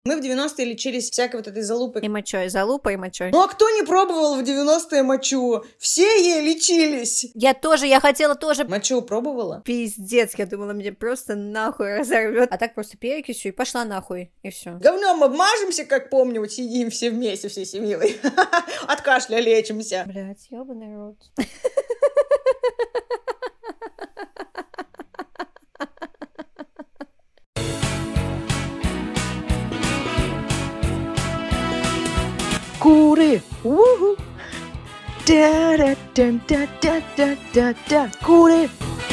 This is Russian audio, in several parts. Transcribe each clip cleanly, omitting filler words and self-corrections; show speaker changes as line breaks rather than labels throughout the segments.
Мы в 90-е лечились всякой вот этой залупой.
И мочой, залупой и мочой.
Ну а кто не пробовал в 90-е мочу? Все ей лечились.
Я хотела тоже.
Мочу пробовала?
Пиздец, я думала, меня просто нахуй разорвет. А так просто перекисью и пошла нахуй, и все.
Говнем обмажемся, как помню, вот сидим все вместе, всей семьей. От кашля лечимся.
Блять, ёбаный рот.
Куры! Уху! Да-да-да-да-да-да-да! Куры!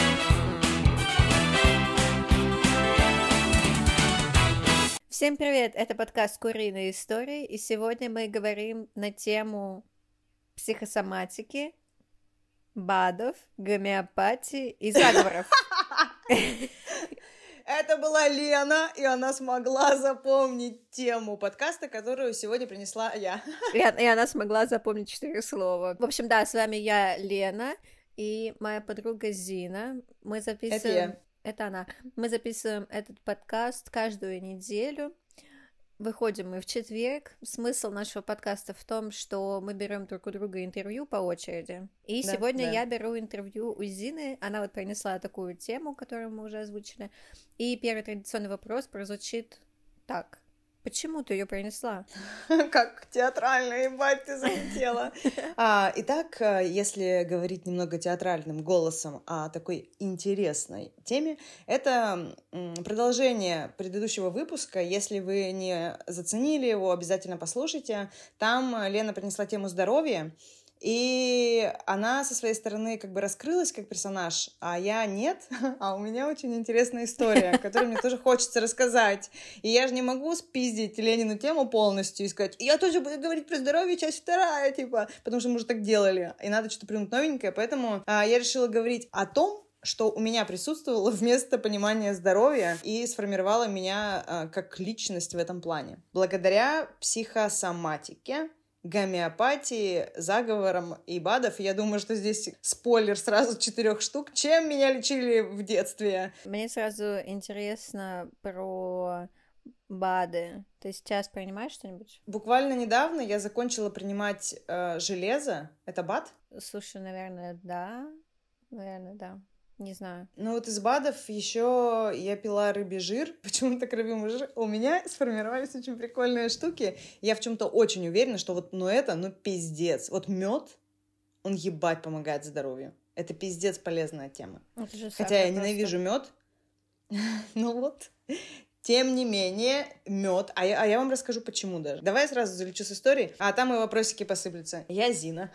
Всем привет, это подкаст «Куриные истории», и сегодня мы говорим на тему психосоматики, БАДов, гомеопатии и заговоров.
Это была Лена, и она смогла запомнить тему подкаста, которую сегодня принесла я.
И она смогла запомнить 4 слова. В общем, да, с вами я, Лена, и моя подруга Зина. Мы записываем... Это она. Мы записываем этот подкаст каждую неделю. Выходим мы в четверг. Смысл нашего подкаста в том, что мы берем друг у друга интервью по очереди. И сегодня я беру интервью у Зины. Она вот принесла такую тему, которую мы уже озвучили. И первый традиционный вопрос прозвучит так. Почему ты ее принесла?
Как театрально, ебать, ты залетела. Итак, если говорить немного театральным голосом о такой интересной теме, это продолжение предыдущего выпуска. Если вы не заценили его, обязательно послушайте. Там Лена принесла тему здоровья, и она со своей стороны как бы раскрылась как персонаж, а я нет. А у меня очень интересная история, которую мне тоже хочется рассказать. И я же не могу спиздить Ленину тему полностью и сказать, я тоже буду говорить про здоровье, часть вторая, типа, потому что мы уже так делали, и надо что-то придумать новенькое. Поэтому я решила говорить о том, что у меня присутствовало вместо понимания здоровья и сформировало меня как личность в этом плане. Благодаря психосоматике, гомеопатии, заговорам и БАДов. Я думаю, что здесь спойлер сразу 4 штук. Чем меня лечили в детстве?
Мне сразу интересно про БАДы. Ты сейчас принимаешь что-нибудь?
Буквально недавно я закончила принимать железо. Это БАД?
Слушай, наверное, да. Наверное, да. Не знаю.
Ну вот из БАДов еще я пила рыбий жир. Почему так рыбий жир? У меня сформировались очень прикольные штуки. Я в чем-то очень уверена, что вот, пиздец. Вот мед, он ебать помогает здоровью. Это пиздец полезная тема. Хотя я ненавижу мед. Ну вот. Тем не менее, мед. А я вам расскажу, почему даже. Давай я сразу залечу с историей, а там и вопросики посыплются. Я Зина.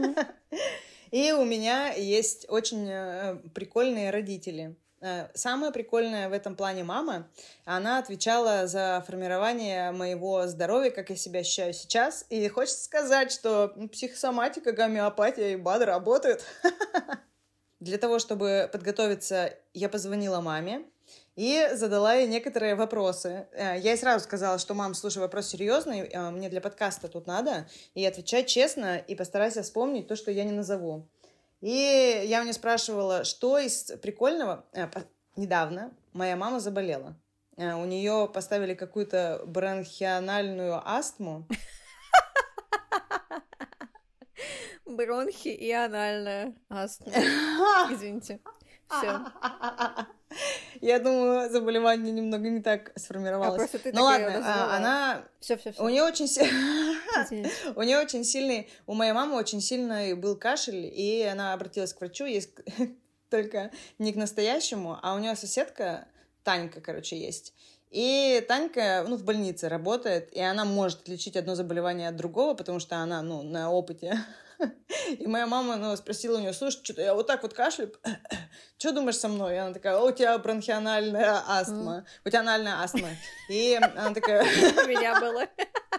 И у меня есть очень прикольные родители. Самая прикольная в этом плане мама. Она отвечала за формирование моего здоровья, как я себя ощущаю сейчас. И хочется сказать, что психосоматика, гомеопатия и БАДы работают. Для того, чтобы подготовиться, я позвонила маме и задала ей некоторые вопросы. Я ей сразу сказала, что, мам, слушай, вопрос серьезный, мне для подкаста тут надо, и отвечать честно, и постарайся вспомнить то, что я не назову. И я у нее спрашивала, что из прикольного... Недавно моя мама заболела. У нее поставили какую-то бронхиальную астму.
Бронхи и анальная астма. Извините. Все.
Я думаю, заболевание немного не так сформировалось. Ну ладно, она...
Все.
У нее очень сильный... У моей мамы очень сильный был кашель, и она обратилась к врачу, есть только не к настоящему, а у нее соседка, Танька, есть. И Танька, в больнице работает, и она может лечить одно заболевание от другого, потому что она, на опыте. И моя мама, спросила у нее, слушай, что-то я вот так вот кашляю, что думаешь со мной? И она такая, у тебя бронхиальная астма, у тебя анальная астма. И она такая...
У меня было.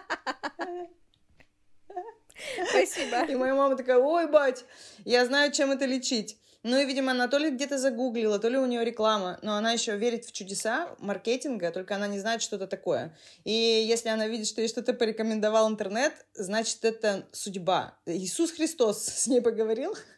Спасибо.
И моя мама такая, ой, бать, я знаю, чем это лечить. Ну и, видимо, она то ли где-то загуглила, то ли у нее реклама, но она еще верит в чудеса маркетинга, только она не знает, что это такое. И если она видит, что ей что-то порекомендовал интернет, значит, это судьба. Иисус Христос с ней поговорил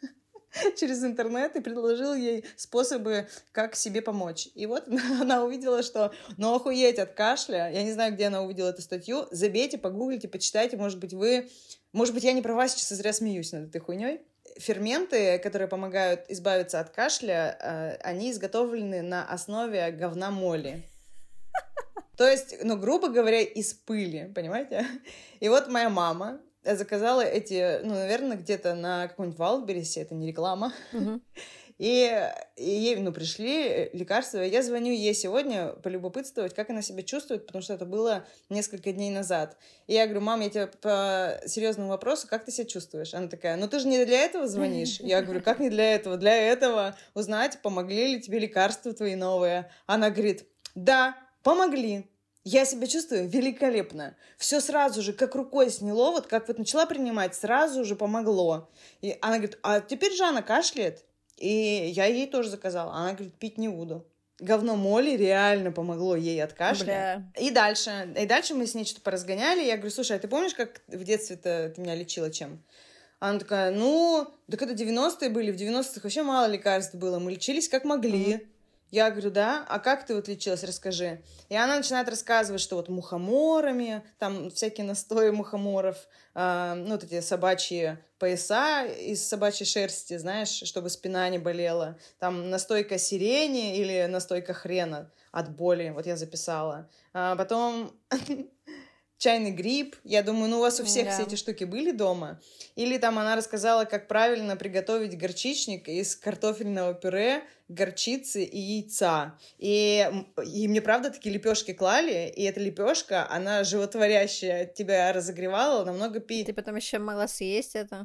через интернет и предложил ей способы, как себе помочь. И вот она увидела, что ну охуеть от кашля. Я не знаю, где она увидела эту статью. Забейте, погуглите, почитайте. Может быть, я не права, сейчас зря смеюсь над этой хуйней. Ферменты, которые помогают избавиться от кашля, они изготовлены на основе говна моли. То есть, ну, грубо говоря, из пыли, понимаете? И вот моя мама заказала эти, ну, наверное, где-то на каком-нибудь Вайлдберрисе, это не реклама. И ей, ну, пришли лекарства. Я звоню ей сегодня полюбопытствовать, как она себя чувствует, потому что это было несколько дней назад. И я говорю: мам, я тебе по серьезному вопросу, как ты себя чувствуешь? Она такая: ну ты же не для этого звонишь. Я говорю: как не для этого? Для этого узнать, помогли ли тебе лекарства твои новые. Она говорит: да, помогли. Я себя чувствую великолепно. Все сразу же, как рукой сняло, вот как вот начала принимать, сразу же помогло. И она говорит: а теперь Жанна кашляет. И я ей тоже заказала. Она говорит: пить не буду. Говно моли реально помогло ей от кашля. И дальше мы с ней что-то поразгоняли. Я говорю: слушай, а ты помнишь, как в детстве-то ты меня лечила чем? Она такая: ну, так это 90-е были. В 90-х вообще мало лекарств было. Мы лечились как могли. Я говорю: да, а как ты вот лечилась, расскажи. И она начинает рассказывать, что вот мухоморами, там всякие настои мухоморов, ну, вот эти собачьи пояса из собачьей шерсти, знаешь, чтобы спина не болела. Там настойка сирени или настойка хрена от боли, вот я записала. Потом чайный гриб. Я думаю, ну, у вас у всех все эти штуки были дома. Или там она рассказала, как правильно приготовить горчичник из картофельного пюре, горчицы и яйца. И мне, правда, такие лепешки клали, и эта лепешка, она животворящая, тебя разогревала, намного пить.
Ты потом еще могла съесть это.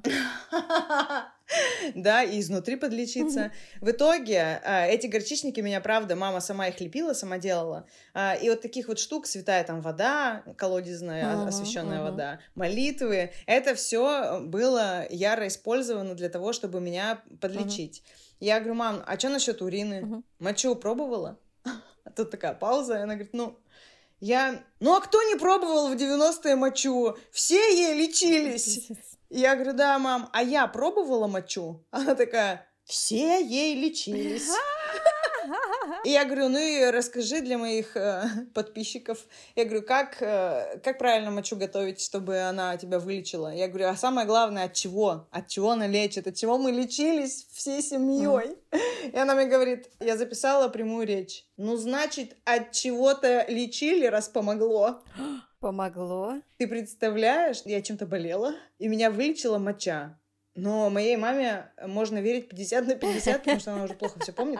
Да, и изнутри подлечиться. В итоге эти горчичники меня, правда, мама сама их лепила, сама делала. И вот таких вот штук: святая там вода, колодезная, освященная вода, молитвы, это все было яро использовано для того, чтобы меня подлечить. Я говорю: мам, а что насчет урины? Мочу пробовала? А тут такая пауза, и она говорит: ну а кто не пробовал в 90-е мочу? Все ей лечились. Я говорю: да, мам, а я пробовала мочу? Она такая: все ей лечились. И я говорю: ну и расскажи для моих подписчиков. Я говорю: как правильно мочу готовить, чтобы она тебя вылечила? Я говорю: а самое главное, от чего? От чего она лечит? От чего мы лечились всей семьей? И она мне говорит: я записала прямую речь. Ну, значит, от чего-то лечили, раз помогло.
Помогло?
Ты представляешь, я чем-то болела, и меня вылечила моча. Но моей маме можно верить 50 на 50, потому что она уже плохо все помнит.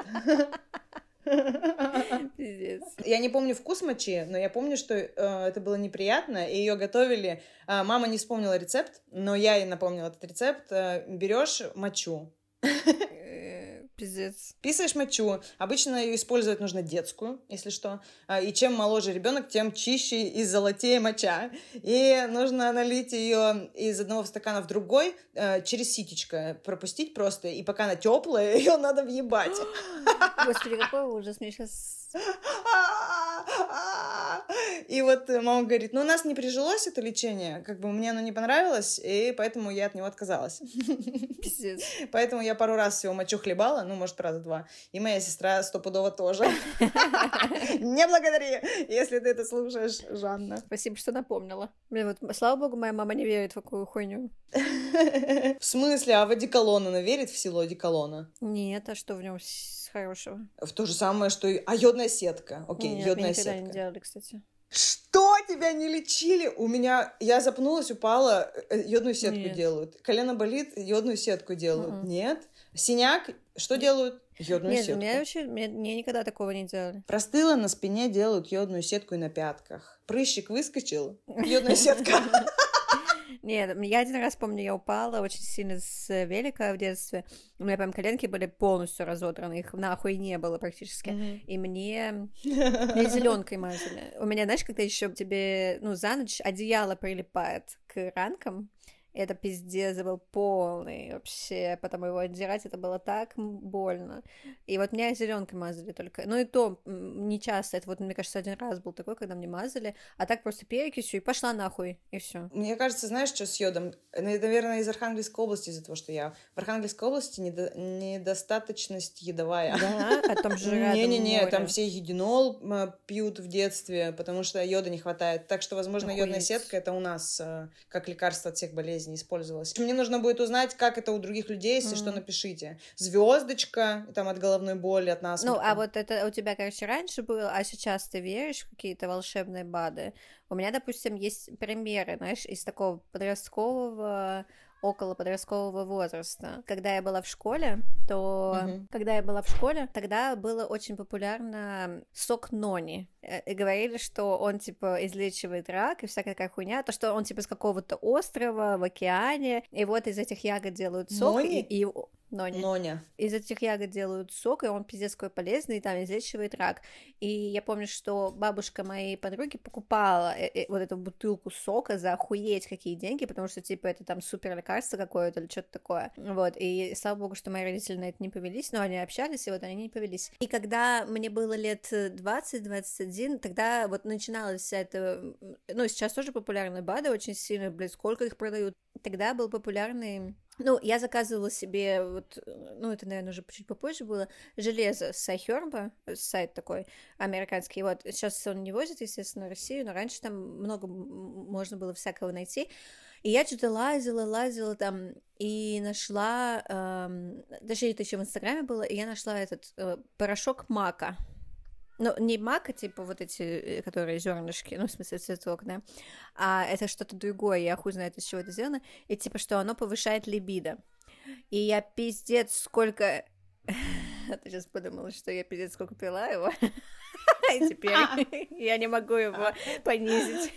Пиздец.
Я не помню вкус мочи, но я помню, что это было неприятно, и ее готовили. Мама не вспомнила рецепт, но я ей напомнила этот рецепт. Берешь мочу.
Пиздец.
Писаешь мочу. Обычно ее использовать нужно детскую, если что. И чем моложе ребенок, тем чище и золотее моча. И нужно налить ее из одного стакана в другой, через ситечко пропустить просто. И пока она теплая, ее надо въебать.
Господи, какой ужас. Мне сейчас...
И вот мама говорит: ну, у нас не прижилось это лечение, как бы мне оно не понравилось, и поэтому я от него отказалась.
Пиздец.
Поэтому я пару раз всего мочу хлебала, ну, может, раза 2. И моя сестра стопудово тоже. Не благодари, если ты это слушаешь, Жанна.
Спасибо, что напомнила. Блин, вот, слава богу, моя мама не верит в такую хуйню.
В смысле? А в одеколон она верит, в силу одеколона?
Нет, а что в нем хорошего?
В то же самое, что и йодная сетка. Окей,
нет,
йодная
сетка. Нет,
не
делали, кстати.
Что? Тебя не лечили? Я запнулась, упала, йодную сетку
Нет.
делают. Колено болит, йодную сетку делают. Нет? Синяк, что делают? Йодную сетку.
Нет, мне никогда такого не делали.
Простыла, на спине делают йодную сетку и на пятках. Прыщик выскочил, йодная сетка.
Нет, я один раз помню, я упала очень сильно с велика в детстве. У меня прям коленки были полностью разодраны, их нахуй не было практически. И мне зеленкой мазали. У меня, знаешь, когда еще тебе, за ночь одеяло прилипает к ранкам, Это пиздец был полный вообще, потому его отдирать это было так больно. И вот меня зеленкой мазали только. Ну и то не часто. Это вот, мне кажется, один раз был такой, когда мне мазали, а так просто перекисью и пошла нахуй, и все.
Мне кажется, знаешь, что с йодом? Наверное, из Архангельской области, из-за того, что я в Архангельской области недостаточность едовая.
Да, а там же рядом
Не-не-не,
море.
там все единол пьют в детстве, потому что йода не хватает. Так что, возможно, йодная сетка это у нас как лекарство от всех болезней использовалось. Мне нужно будет узнать, как это у других людей, если что, напишите. Звездочка, там от головной боли, от насморка.
Ну, а вот это у тебя, короче, раньше было, а сейчас ты веришь в какие-то волшебные БАДы? У меня, допустим, есть примеры, знаешь, из такого подросткового, около подросткового возраста. Когда я была в школе, тогда было очень популярно сок нони. И говорили, что он, типа, излечивает рак и всякая такая хуйня. То, что он, типа, с какого-то острова в океане, и вот из этих ягод делают сок. Ноня. Из этих ягод делают сок, и он пиздец какой полезный, и там излечивает рак. И я помню, что бабушка моей подруги покупала вот эту бутылку сока за охуеть какие деньги, потому что, типа, это там супер лекарство какое-то или что-то такое. Вот, и слава богу, что мои родители на это не повелись, но они общались, и вот они не повелись. И когда мне было лет 20-21, тогда вот начиналась вся эта... Ну, сейчас тоже популярны БАДы очень сильно, блядь, сколько их продают. Тогда был популярный... Ну, я заказывала себе, вот, ну, это, наверное, уже чуть попозже было, железо с iHerb, сайт такой американский, вот, сейчас он не возит, естественно, в Россию, но раньше там много можно было всякого найти, и я что-то лазила там, и нашла, даже это еще в Инстаграме было, и я нашла этот порошок мака. Ну, не мака, типа вот эти, которые зернышки, ну, в смысле, цветок, да, а это что-то другое, я хуй знает, из чего это сделано, и типа, что оно повышает либидо. И я пиздец сколько... Ты сейчас подумала, что я пиздец сколько пила его, и теперь я не могу его понизить.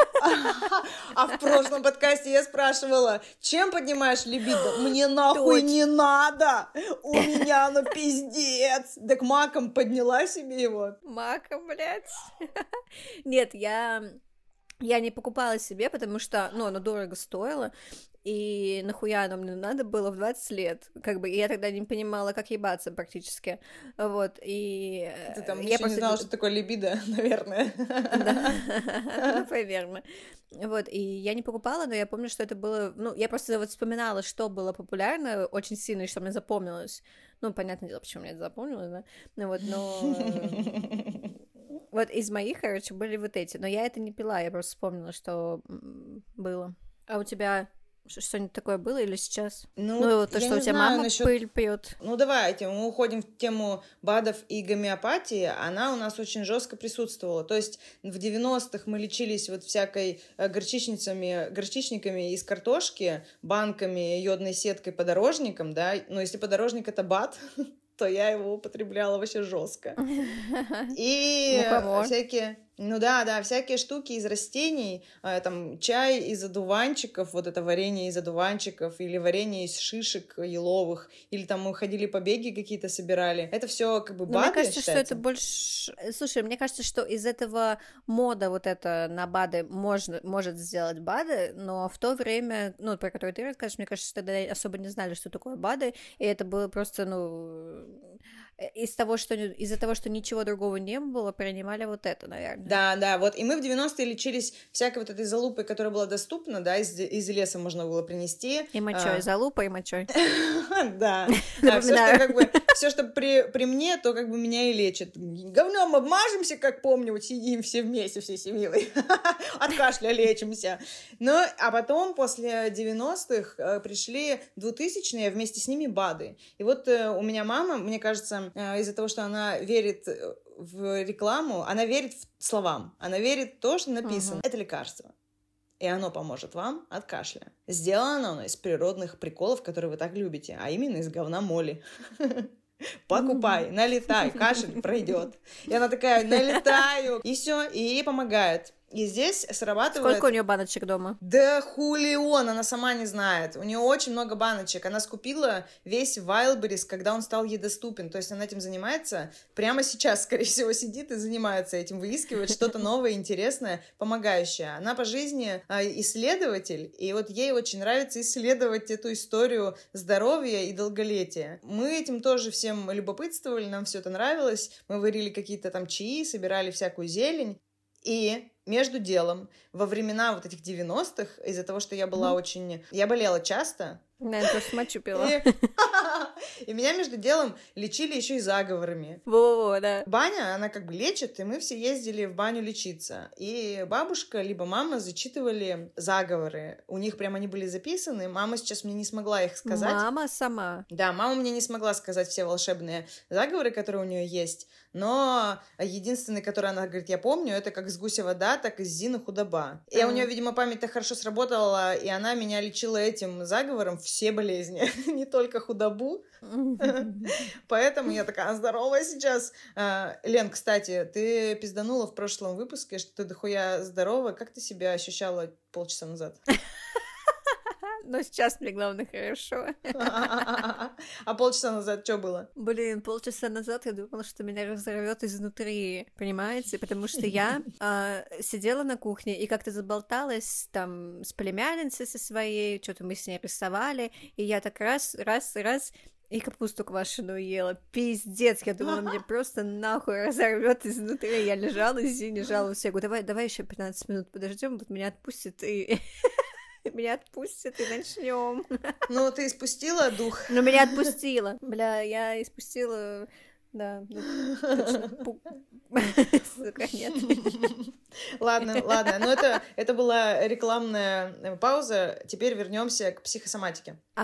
А в прошлом подкасте я спрашивала, чем поднимаешь либидо? Мне нахуй не надо! У меня оно пиздец! Так маком подняла себе его?
Маком, блядь. Нет, я не покупала себе, потому что, ну, оно дорого стоило, и нахуя оно мне надо было в 20 лет, как бы, и я тогда не понимала, как ебаться практически, вот, и...
Ты там еще не знала, что такое либидо, наверное.
Да, наверное. Вот, и я не покупала, но я помню, что это было, ну, я просто вот вспоминала, что было популярно очень сильно, и что мне запомнилось. Ну, понятное дело, почему мне это запомнилось, да, ну вот, но... Вот из моих, короче, были вот эти, но я это не пила, я просто вспомнила, что было. А у тебя... Что-нибудь такое было или сейчас? Ну то, что у тебя мама пыль пьет.
Ну, давайте, мы уходим в тему БАДов и гомеопатии. Она у нас очень жестко присутствовала. То есть в 90-х мы лечились вот всякой горчичниками из картошки, банками, йодной сеткой, подорожником, да. Но если подорожник — это БАД, то я его употребляла вообще жестко. И всякие... Ну да, всякие штуки из растений, там чай из одуванчиков, вот это варенье из одуванчиков, или варенье из шишек еловых, или там мы ходили побеги какие-то собирали. Это все как бы БАДы,
мне кажется,
считается?
что это больше... Слушай, мне кажется, что из этого мода вот это на БАДы может сделать БАДы, но в то время, ну, про которое ты расскажешь, мне кажется, что тогда особо не знали, что такое БАДы, и это было просто, ну... Из-за того, что ничего другого не было, принимали вот это, наверное.
Да, вот. И мы в 90-е лечились всякой вот этой залупой, которая была доступна, да, из леса можно было принести.
И мочой, залупа и мочой.
Да. Все, что при мне, то как бы меня и лечит. Говнем обмажемся, как помню, вот сидим все вместе, всей семьей. От кашля лечимся. Ну, а потом, после 90-х, пришли 2000-е, вместе с ними БАДы. И вот у меня мама, мне кажется, из-за того, что она верит в рекламу, она верит в словам, она верит в то, что написано. Это лекарство. И оно поможет вам от кашля. Сделано оно из природных приколов, которые вы так любите, а именно из говна моли. Покупай, налетай, кашель пройдет. И она такая, налетаю, и все, и ей помогает. И здесь срабатывает...
Сколько у нее баночек дома?
Да хулион, она сама не знает. У нее очень много баночек. Она скупила весь Wildberries, когда он стал ей доступен. То есть она этим занимается прямо сейчас, скорее всего, сидит и занимается этим, выискивает что-то новое, интересное, помогающее. Она по жизни исследователь, и вот ей очень нравится исследовать эту историю здоровья и долголетия. Мы этим тоже всем любопытствовали, нам все это нравилось. Мы варили какие-то там чаи, собирали всякую зелень. И между делом, во времена вот этих 90-х, из-за того, что я была очень... Я болела часто.
Да, я тоже мочу пила.
И меня между делом лечили еще и заговорами.
Во-во, да.
Баня, она как бы лечит, и мы все ездили в баню лечиться. И бабушка либо мама зачитывали заговоры. У них прям они были записаны. Мама сейчас мне не смогла их сказать.
Мама сама?
Да, мама мне не смогла сказать все волшебные заговоры, которые у нее есть. Но единственный, который она говорит, я помню, это как с гуся вода, так и с Зины худоба. И у нее, видимо, память так хорошо сработала, и она меня лечила этим заговором все болезни, не только худобу. Поэтому я такая здоровая сейчас. Лен, кстати, ты пизданула в прошлом выпуске, что ты дохуя здорова. Как ты себя ощущала полчаса назад?
Но сейчас мне главное хорошо.
А полчаса назад что было?
Блин, полчаса назад я думала, что меня разорвет изнутри, понимаете? Потому что я сидела на кухне и как-то заболталась там с племянницей со своей, что-то мы с ней рисовали, и я так раз, и капусту квашеную ела. Пиздец, я думала, меня просто нахуй разорвет изнутри. Я лежала, Зине жаловалась, я говорю, давай еще 15 минут подождем, вот меня отпустит и... Меня отпустят и начнем.
Ну, ты испустила дух?
Ну, меня отпустила. Бля, я испустила... Да, точно. Сука, нет.
Ладно. Но это была рекламная пауза. Теперь вернемся к психосоматике.
А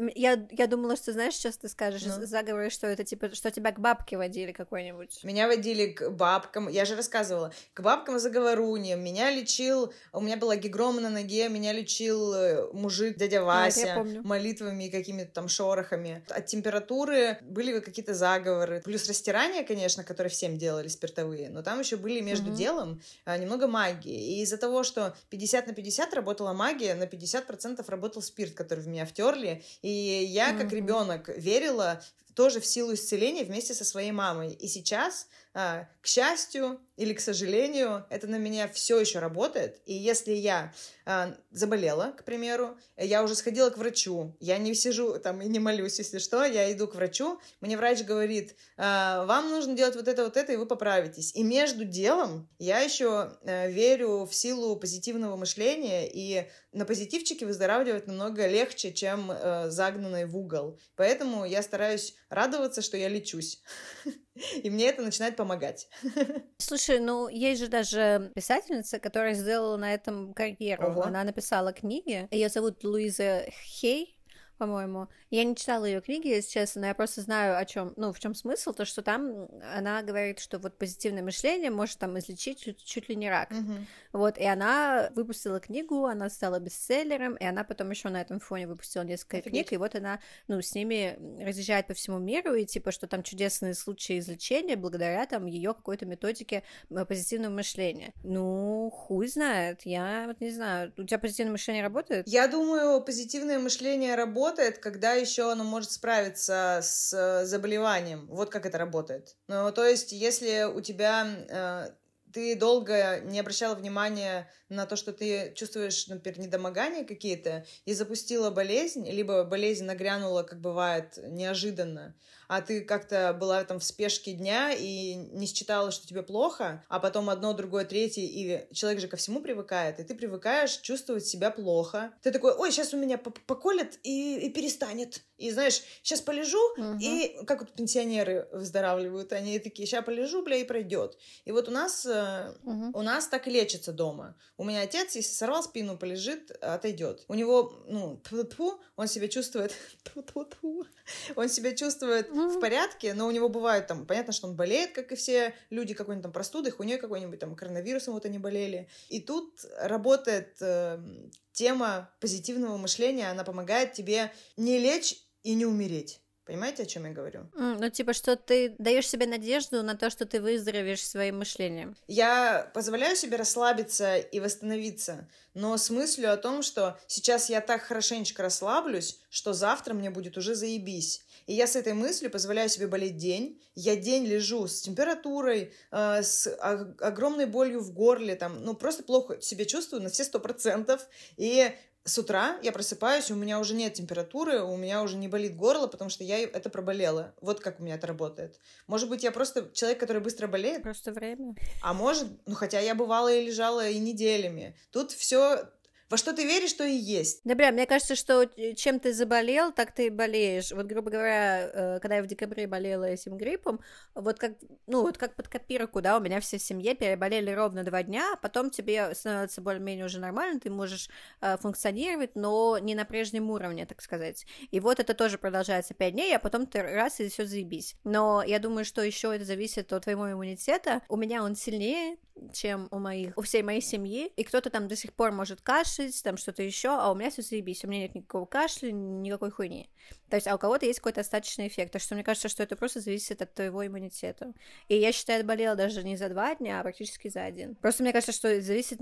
я думала, что, знаешь, сейчас ты скажешь заговоры, что это типа, что тебя к бабке водили какой-нибудь.
Меня водили к бабкам, я же рассказывала, к бабкам-заговоруньям. Меня лечил, у меня была гигрома на ноге, меня лечил мужик, дядя Вася, молитвами и какими-то там шорохами. От температуры были какие-то заговоры. Плюс растирания, конечно, которые всем делали спиртовые, но там еще были между делом немного магии. И из-за того, что 50/50 работала магия, на 50% работал спирт, который в меня втерли. И я, как ребенок, верила тоже в силу исцеления вместе со своей мамой. И сейчас, к счастью или к сожалению, это на меня все еще работает. И если я заболела, к примеру, я уже сходила к врачу, я не сижу там и не молюсь, если что, я иду к врачу, мне врач говорит, вам нужно делать вот это, и вы поправитесь. И между делом я еще верю в силу позитивного мышления, и на позитивчике выздоравливать намного легче, чем загнанной в угол. Поэтому я стараюсь радоваться, что я лечусь. И мне это начинает помогать.
Слушай, ну есть же даже писательница, которая сделала на этом карьеру.
Ого.
Она написала книги. Ее зовут Луиза Хей, по-моему. Я не читала ее книги, если честно, но я просто знаю, о чем, ну, в чем смысл, то, что там она говорит, что вот позитивное мышление может там излечить чуть ли не рак. Вот, и она выпустила книгу, она стала бестселлером, и она потом еще на этом фоне выпустила несколько книг, и вот она, ну, с ними разъезжает по всему миру, и типа, что там чудесные случаи излечения благодаря там ее какой-то методике позитивного мышления. Ну, хуй знает, я вот не знаю, у тебя позитивное мышление работает?
Я думаю, позитивное мышление работает, когда еще оно может справиться с заболеванием. Вот как это работает. Ну, то есть, если у тебя... ты долго не обращала внимания на то, что ты чувствуешь, например, недомогания какие-то, и запустила болезнь, либо болезнь нагрянула, как бывает, неожиданно, а ты как-то была там в спешке дня и не считала, что тебе плохо, а потом одно, другое, третье, и человек же ко всему привыкает, и ты привыкаешь чувствовать себя плохо. Ты такой, ой, сейчас у меня поколет и перестанет. И знаешь, сейчас полежу, и как вот пенсионеры выздоравливают, они такие, сейчас полежу, бля, и пройдет. И вот у нас так и лечится дома. У меня отец, если сорвал спину, полежит, отойдет. У него, ну, он себя чувствует, он себя чувствует в порядке, но у него бывает там, понятно, что он болеет, как и все люди, какой-нибудь там простудой, хуйней какой-нибудь там коронавирусом вот они болели. И тут работает тема позитивного мышления, она помогает тебе не лечь и не умереть. Понимаете, о чем я говорю?
Ну, типа, что ты даешь себе надежду на то, что ты выздоровеешь своим мышлением.
Я позволяю себе расслабиться и восстановиться, но с мыслью о том, что сейчас я так хорошенечко расслаблюсь, что завтра мне будет уже заебись. И я с этой мыслью позволяю себе болеть день. Я день лежу с температурой, с огромной болью в горле, там, ну, просто плохо себя чувствую на все 100%. И с утра я просыпаюсь, у меня уже нет температуры, у меня уже не болит горло, потому что я это проболела. Вот как у меня это работает. Может быть, я просто человек, который быстро болеет?
Просто время.
А может, ну хотя я бывала и лежала и неделями. Тут все во что ты веришь, то и есть.
Да, бля, мне кажется, что чем ты заболел, так ты и болеешь. Вот, грубо говоря, когда я в декабре болела этим гриппом, вот как под копирку, да, у меня все в семье переболели ровно 2 дня, а потом тебе становится более-менее уже нормально, ты можешь функционировать, но не на прежнем уровне, так сказать. И вот это тоже продолжается 5 дней, а потом ты раз, и все заебись. Но я думаю, что еще это зависит от твоего иммунитета. У меня он сильнее, чем у всей моей семьи, и кто-то там до сих пор может кашлять, там что-то еще, а у меня все заебись, у меня нет никакого кашля, никакой хуйни. То есть, а у кого-то есть какой-то остаточный эффект, так что мне кажется, что это просто зависит от твоего иммунитета. И я считаю, я болела даже не за 2 дня, а практически за 1. Просто мне кажется, что это зависит,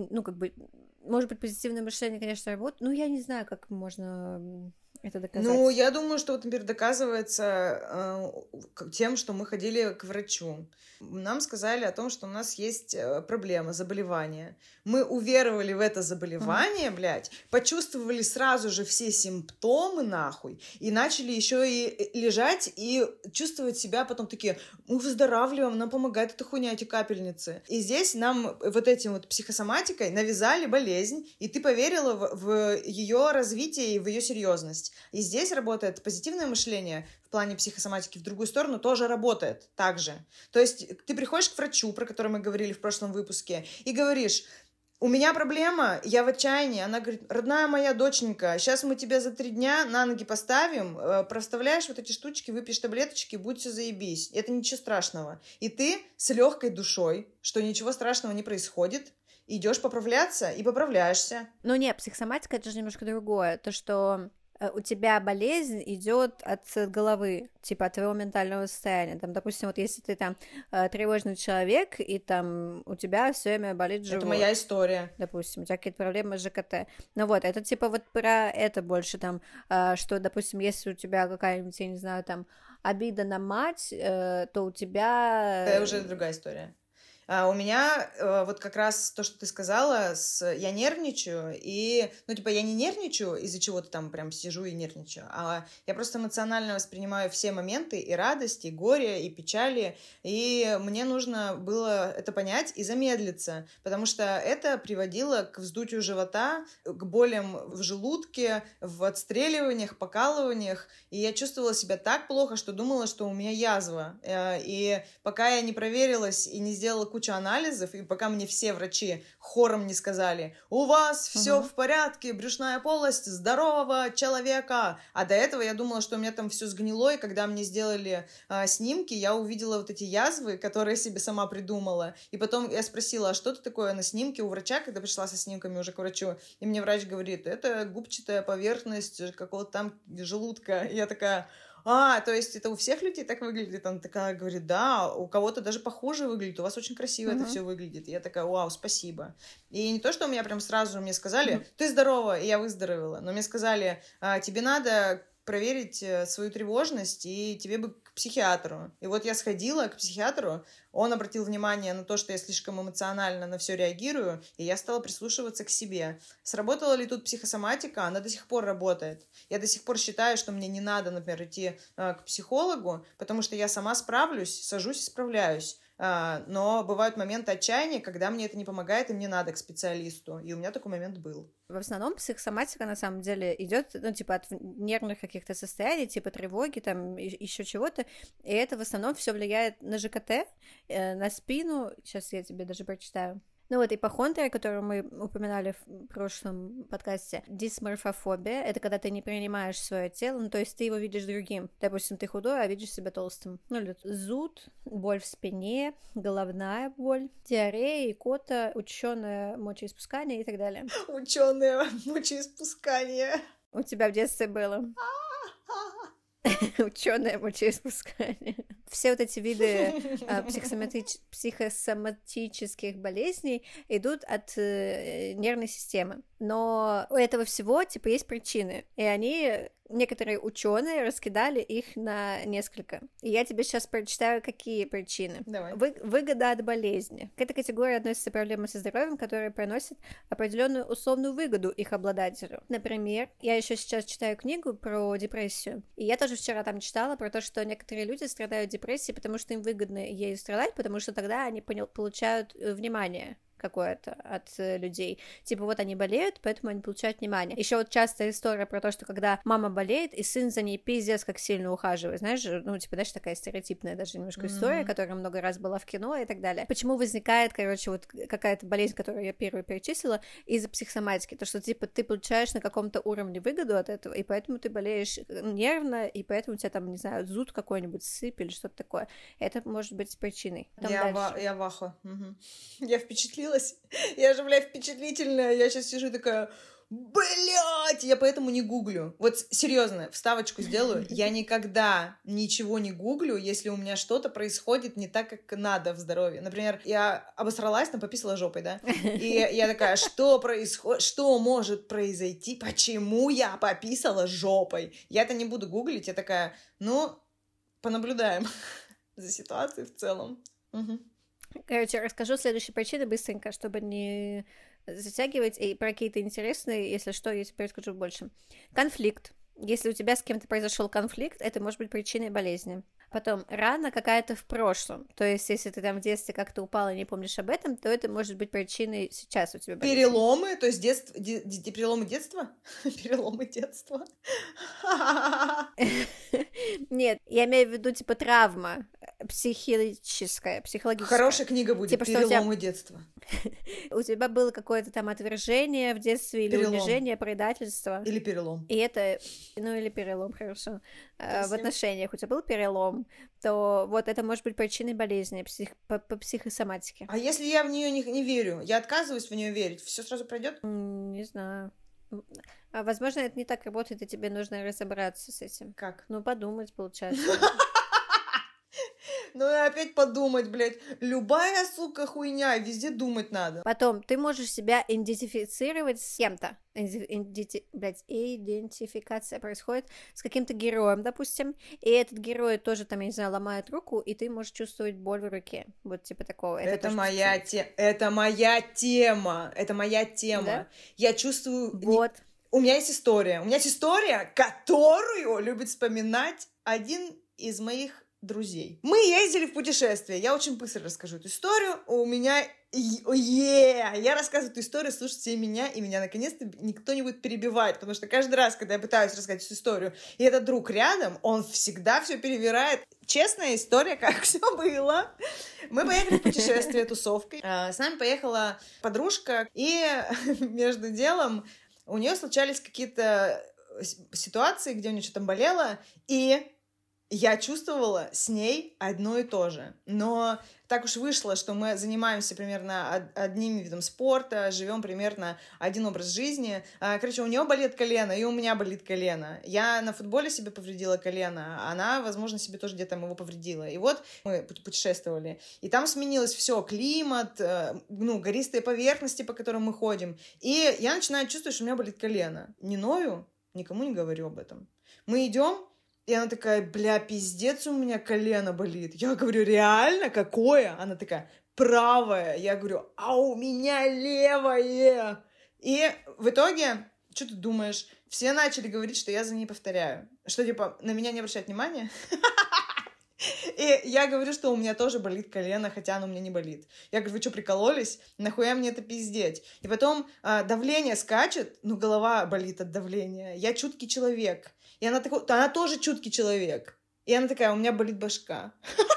может быть, позитивное мышление, конечно, работает, я не знаю, как можно это доказать.
Ну, я думаю, что вот, например, доказывается тем, что мы ходили к врачу. Нам сказали о том, что у нас есть проблема, заболевание. Мы уверовали в это заболевание, блядь, почувствовали сразу же все симптомы, нахуй, и начали еще и лежать и чувствовать себя потом такие, мы выздоравливаем, нам помогает эта хуйня, эти капельницы. И здесь нам вот этим вот психосоматикой навязали болезнь, и ты поверила в ее развитие и в ее серьезность. И здесь работает позитивное мышление в плане психосоматики, в другую сторону тоже работает так же. То есть ты приходишь к врачу, про который мы говорили в прошлом выпуске, и говоришь, у меня проблема, я в отчаянии. Она говорит, родная моя доченька, сейчас мы тебя за 3 дня на ноги поставим, проставляешь вот эти штучки, выпьешь таблеточки, будет все заебись. Это ничего страшного. И ты с легкой душой, что ничего страшного не происходит, идешь поправляться и поправляешься.
Ну нет, психосоматика — это же немножко другое. То, что у тебя болезнь идет от головы, типа от твоего ментального состояния. Там, допустим, вот если ты там тревожный человек, и там у тебя все время болит живот.
Это моя история.
Допустим, у тебя какие-то проблемы с ЖКТ. Ну вот, это типа вот про это больше там, что, допустим, если у тебя какая-нибудь, я не знаю, там, обида на мать, то у тебя...
Это уже другая история. У меня вот как раз то, что ты сказала, я нервничаю, и, я не нервничаю из-за чего-то там прям сижу и нервничаю, а я просто эмоционально воспринимаю все моменты и радости, и горе, и печали, и мне нужно было это понять и замедлиться, потому что это приводило к вздутию живота, к болям в желудке, в отстреливаниях, покалываниях, и я чувствовала себя так плохо, что думала, что у меня язва, и пока я не проверилась и не сделала кучу анализов, и пока мне все врачи хором не сказали, у вас все в порядке, брюшная полость здорового человека. А до этого я думала, что у меня там все сгнило, и когда мне сделали снимки, я увидела вот эти язвы, которые я себе сама придумала. И потом я спросила, а что это такое на снимке у врача, когда пришла со снимками уже к врачу. И мне врач говорит, это губчатая поверхность какого-то там желудка. И я такая... то есть это у всех людей так выглядит? Она такая говорит, да, у кого-то даже похуже выглядит, у вас очень красиво это все выглядит. И я такая, вау, спасибо. И не то, что у меня прям сразу мне сказали, ты здорова, и я выздоровела, но мне сказали, тебе надо проверить свою тревожность, и тебе бы к психиатру. И вот я сходила к психиатру, он обратил внимание на то, что я слишком эмоционально на все реагирую, и я стала прислушиваться к себе. Сработала ли тут психосоматика? Она до сих пор работает. Я до сих пор считаю, что мне не надо, например, идти к психологу, потому что я сама справлюсь, сажусь и справляюсь. Но бывают моменты отчаяния, когда мне это не помогает, и мне надо к специалисту. И у меня такой момент был.
В основном психосоматика на самом деле идет, от нервных каких-то состояний, типа тревоги, там еще чего-то. И это в основном все влияет на ЖКТ, на спину. Сейчас я тебе даже прочитаю. Ну вот ипохондрия, которую мы упоминали в прошлом подкасте, дисморфофобия, это когда ты не принимаешь свое тело, то есть ты его видишь другим. Допустим, ты худой, а видишь себя толстым. Или зуд, боль в спине, головная боль, диарея, икота, учащенное мочеиспускание и так далее.
Ученое мочеиспускание.
У тебя в детстве было? Ученое мочеиспускание. Все вот эти виды психосоматических болезней идут от нервной системы. Но у этого всего, типа, есть причины. И они, некоторые ученые, раскидали их на несколько. И я тебе сейчас прочитаю, какие причины.
Давай.
Выгода от болезни. К этой категории относятся проблемы со здоровьем, которые приносят определенную условную выгоду их обладателю. Например, я еще сейчас читаю книгу про депрессию. И я тоже вчера там читала про то, что некоторые люди страдают депрессией, потому что им выгодно ею страдать, потому что тогда они получают внимание какое-то от людей. Типа вот они болеют, поэтому они получают внимание. Еще вот частая история про то, что когда мама болеет, и сын за ней пиздец как сильно ухаживает. Знаешь, ну, типа, знаешь, такая стереотипная даже немножко история, которая много раз была в кино и так далее. Почему возникает, короче, вот какая-то болезнь, которую я первую перечислила, из-за психосоматики. То, что, типа, ты получаешь на каком-то уровне выгоду от этого, и поэтому ты болеешь нервно, и поэтому у тебя там, не знаю, зуд какой-нибудь, сыпь или что-то такое. Это может быть причиной.
Я в ахуе. Я впечатлилась. Я же, блядь, впечатлительная. Я сейчас сижу такая, блядь, я поэтому не гуглю. Вот серьезно, вставочку сделаю. Я никогда ничего не гуглю, если у меня что-то происходит не так, как надо в здоровье. Например, я обосралась, там пописала жопой, да? И я такая, что происходит, что может произойти, почему я пописала жопой? Я-то не буду гуглить, я такая, ну, понаблюдаем за ситуацией в целом.
Короче, расскажу следующие причины быстренько, чтобы не затягивать, и про какие-то интересные, если что, я тебе расскажу больше. Конфликт. Если у тебя с кем-то произошел конфликт, это может быть причиной болезни. Потом, рана какая-то в прошлом. То есть, если ты там в детстве как-то упала и не помнишь об этом, то это может быть причиной сейчас у тебя болезни.
Переломы? То есть переломы детства? Переломы детства?
Нет, я имею в виду, типа, травма психологическая.
Хорошая книга будет, типа, «Переломы детства».
У тебя было какое-то там отвержение в детстве или унижение, предательство.
Или перелом.
И это, ну или перелом, хорошо. В отношениях у тебя был перелом, то вот это может быть причиной болезни по психосоматике.
А если я в нее не верю, я отказываюсь в нее верить, все сразу пройдет?
Не знаю. Возможно, это не так работает, и тебе нужно разобраться с этим.
Как?
Ну, подумать, получается.
Ну и опять подумать, блядь. Любая, сука, хуйня, везде думать надо.
Потом, ты можешь себя идентифицировать с кем-то. Идентификация происходит с каким-то героем, допустим, и этот герой тоже там, я не знаю, ломает руку, и ты можешь чувствовать боль в руке. Вот типа такого.
Это моя тема. Да? Я чувствую...
Вот.
У меня есть история, которую любит вспоминать один из моих друзей. Мы ездили в путешествие. Я очень быстро расскажу эту историю. У меня... Я рассказываю эту историю, слушайте меня, и меня наконец-то никто не будет перебивать, потому что каждый раз, когда я пытаюсь рассказать эту историю, и этот друг рядом, он всегда все перевирает. Честная история, как все было. Мы поехали в путешествие тусовкой. С нами поехала подружка, и между делом у нее случались какие-то ситуации, где у нее что-то болело, и я чувствовала с ней одно и то же. Но так уж вышло, что мы занимаемся примерно одним видом спорта, живем примерно один образ жизни. Короче, у нее болит колено, и у меня болит колено. Я на футболе себе повредила колено, она, возможно, себе тоже где-то его повредила. И вот мы путешествовали. И там сменилось все: климат, гористые поверхности, по которым мы ходим. И я начинаю чувствовать, что у меня болит колено. Не ною, никому не говорю об этом. Мы идем, и она такая, бля, пиздец, у меня колено болит. Я говорю, реально? Какое? Она такая, правое. Я говорю, а у меня левое. И в итоге, что ты думаешь? Все начали говорить, что я за ней повторяю. Что, типа, на меня не обращать внимания? И я говорю, что у меня тоже болит колено, хотя оно у меня не болит. Я говорю, вы что, прикололись? Нахуя мне это пиздеть? И потом давление скачет, голова болит от давления. Я чуткий человек. И она тоже чуткий человек. И она такая, у меня болит башка.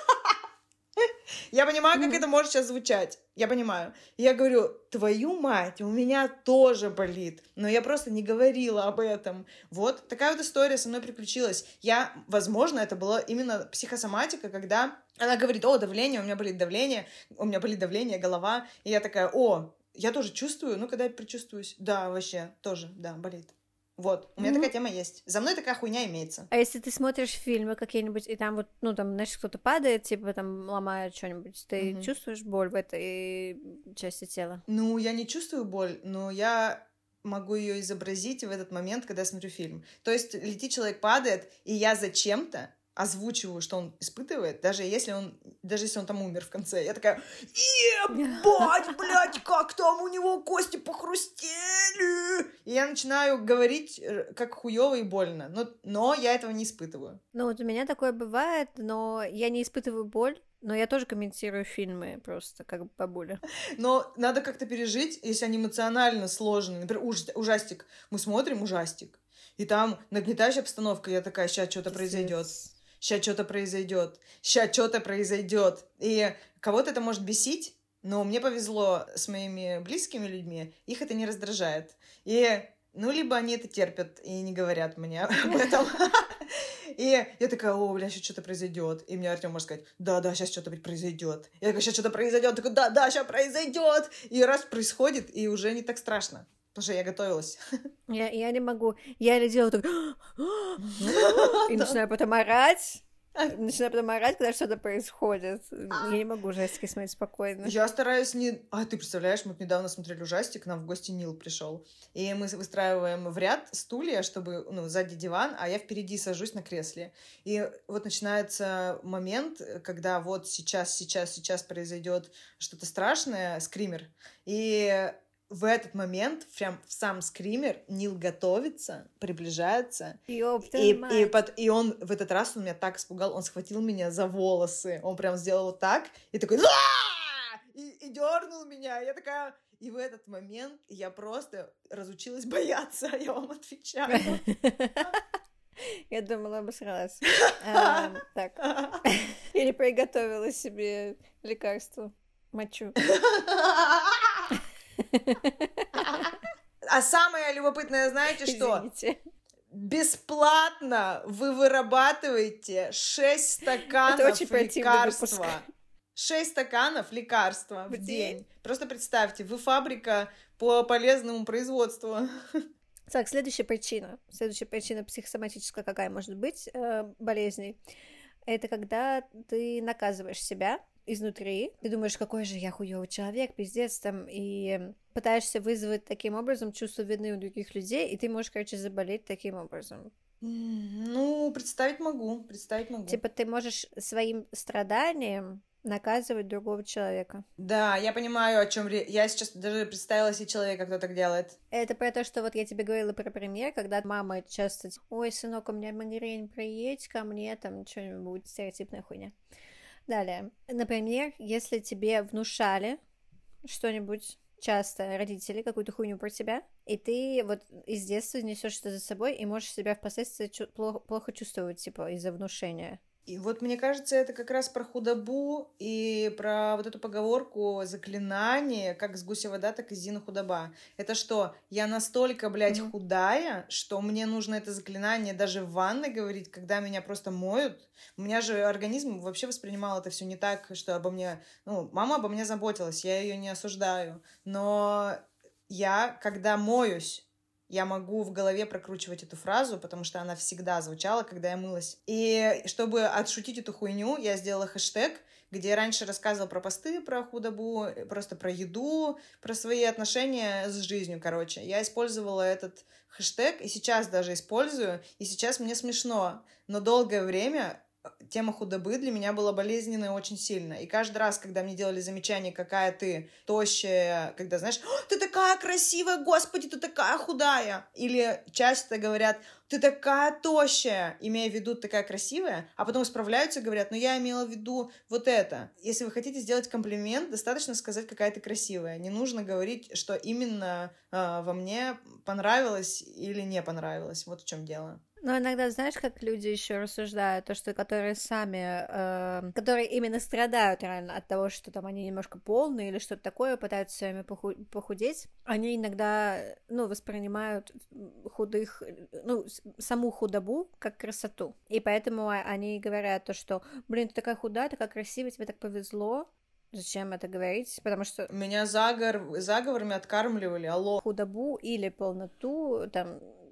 Я понимаю, как это может сейчас звучать. Я понимаю. Я говорю, твою мать, у меня тоже болит. Но я просто не говорила об этом. Вот такая вот история со мной приключилась. Возможно, это была именно психосоматика, когда она говорит, давление, у меня болит давление, голова. И я такая, я тоже чувствую, когда я предчувствуюсь. Да, вообще, тоже, да, болит. Вот, у меня такая тема есть. За мной такая хуйня имеется.
А если ты смотришь фильмы какие-нибудь, и там вот, ну, там, знаешь, кто-то падает, типа, там, ломает что-нибудь, ты чувствуешь боль в этой части тела?
Ну, я не чувствую боль, но я могу ее изобразить в этот момент, когда я смотрю фильм. То есть летит человек, падает, и я зачем-то озвучиваю, что он испытывает, даже если он там умер в конце. Я такая, ебать, блядь, как там у него кости похрустели! И я начинаю говорить, как хуёво и больно. Но я этого не испытываю.
Ну, вот у меня такое бывает, но я не испытываю боль, но я тоже комментирую фильмы просто, как бабуля.
Но надо как-то пережить, если они эмоционально сложные. Например, ужастик. Мы смотрим ужастик, и там нагнетающая обстановка. Я такая, сейчас что-то произойдет. Сейчас что-то произойдет. Сейчас что-то произойдет. И кого-то это может бесить, но мне повезло с моими близкими людьми, их это не раздражает. И, ну, либо они это терпят и не говорят мне об этом. И я такая, о, бля, сейчас что-то произойдет. И мне Артем может сказать, да, сейчас что-то произойдет. Я такая, сейчас что-то произойдет. Такой, да, сейчас произойдет. И раз происходит, и уже не так страшно. Потому что я готовилась.
Я не могу. Я или делаю так... И начинаю потом орать. Когда что-то происходит. Я не могу ужастики смотреть спокойно.
Я стараюсь не... А, ты представляешь, мы недавно смотрели ужастик, к нам в гости Нил пришел. И мы выстраиваем в ряд стулья, чтобы, ну, сзади диван, а я впереди сажусь на кресле. И вот начинается момент, когда вот сейчас произойдет что-то страшное, скример. И в этот момент, прям в сам скример, Нил готовится, приближается. И он в этот раз, он меня так испугал, он схватил меня за волосы. Он прям сделал вот так, и такой... И дернул меня. Я такая... И в этот момент я просто разучилась бояться, я вам отвечаю.
Я думала, обосралась. Так. Или приготовила себе лекарство. Мочу.
А самое любопытное, знаете что?
Извините.
Бесплатно вы вырабатываете 6 стаканов лекарства. 6 стаканов лекарства в день. Просто представьте, вы фабрика по полезному производству.
Так, следующая причина психосоматическая, какая может быть болезней, это когда ты наказываешь себя изнутри, ты думаешь, какой же я хуёвый человек, пиздец, там, и пытаешься вызвать таким образом чувство вины у других людей, и ты можешь, короче, заболеть таким образом.
Ну, представить могу.
Типа ты можешь своим страданием наказывать другого человека.
Да, я понимаю, о чем речь. Я сейчас даже представила себе человека, кто так делает.
Это про то, что вот я тебе говорила про пример, когда мама часто, ой, сынок, у меня мигрень, приедь ко мне, там, что-нибудь, стереотипная хуйня. Далее. Например, если тебе внушали что-нибудь часто родители, какую-то хуйню про тебя, и ты вот из детства несешь это за собой и можешь себя впоследствии плохо чувствовать, типа, из-за внушения.
И вот мне кажется, это как раз про худобу и про вот эту поговорку заклинание, как с гуся вода, так и Зина худоба. Это что, я настолько, блядь, худая, что мне нужно это заклинание даже в ванной говорить, когда меня просто моют. У меня же организм вообще воспринимал это все не так, что обо мне... Ну, мама обо мне заботилась, я ее не осуждаю. Но я, когда моюсь, я могу в голове прокручивать эту фразу, потому что она всегда звучала, когда я мылась. И чтобы отшутить эту хуйню, я сделала хэштег, где я раньше рассказывала про посты, про худобу, просто про еду, про свои отношения с жизнью, короче. Я использовала этот хэштег, и сейчас даже использую, и сейчас мне смешно. Но долгое время тема худобы для меня была болезненной очень сильно. И каждый раз, когда мне делали замечание, какая ты тощая, когда, знаешь, ты такая красивая, господи, ты такая худая. Или часто говорят, ты такая тощая, имея в виду такая красивая, а потом исправляются и говорят, ну я имела в виду вот это. Если вы хотите сделать комплимент, достаточно сказать, какая ты красивая. Не нужно говорить, что именно во мне понравилось или не понравилось. Вот в чем дело.
Но иногда, знаешь, как люди еще рассуждают, то, что которые сами, которые именно страдают реально от того, что там они немножко полные или что-то такое, пытаются с вами похудеть, они иногда, ну, воспринимают худых, ну, саму худобу как красоту. И поэтому они говорят то, что, блин, ты такая худая, такая красивая, тебе так повезло. Зачем это говорить? Потому что...
Меня заговорами откармливали, алло.
Худобу или полноту, там,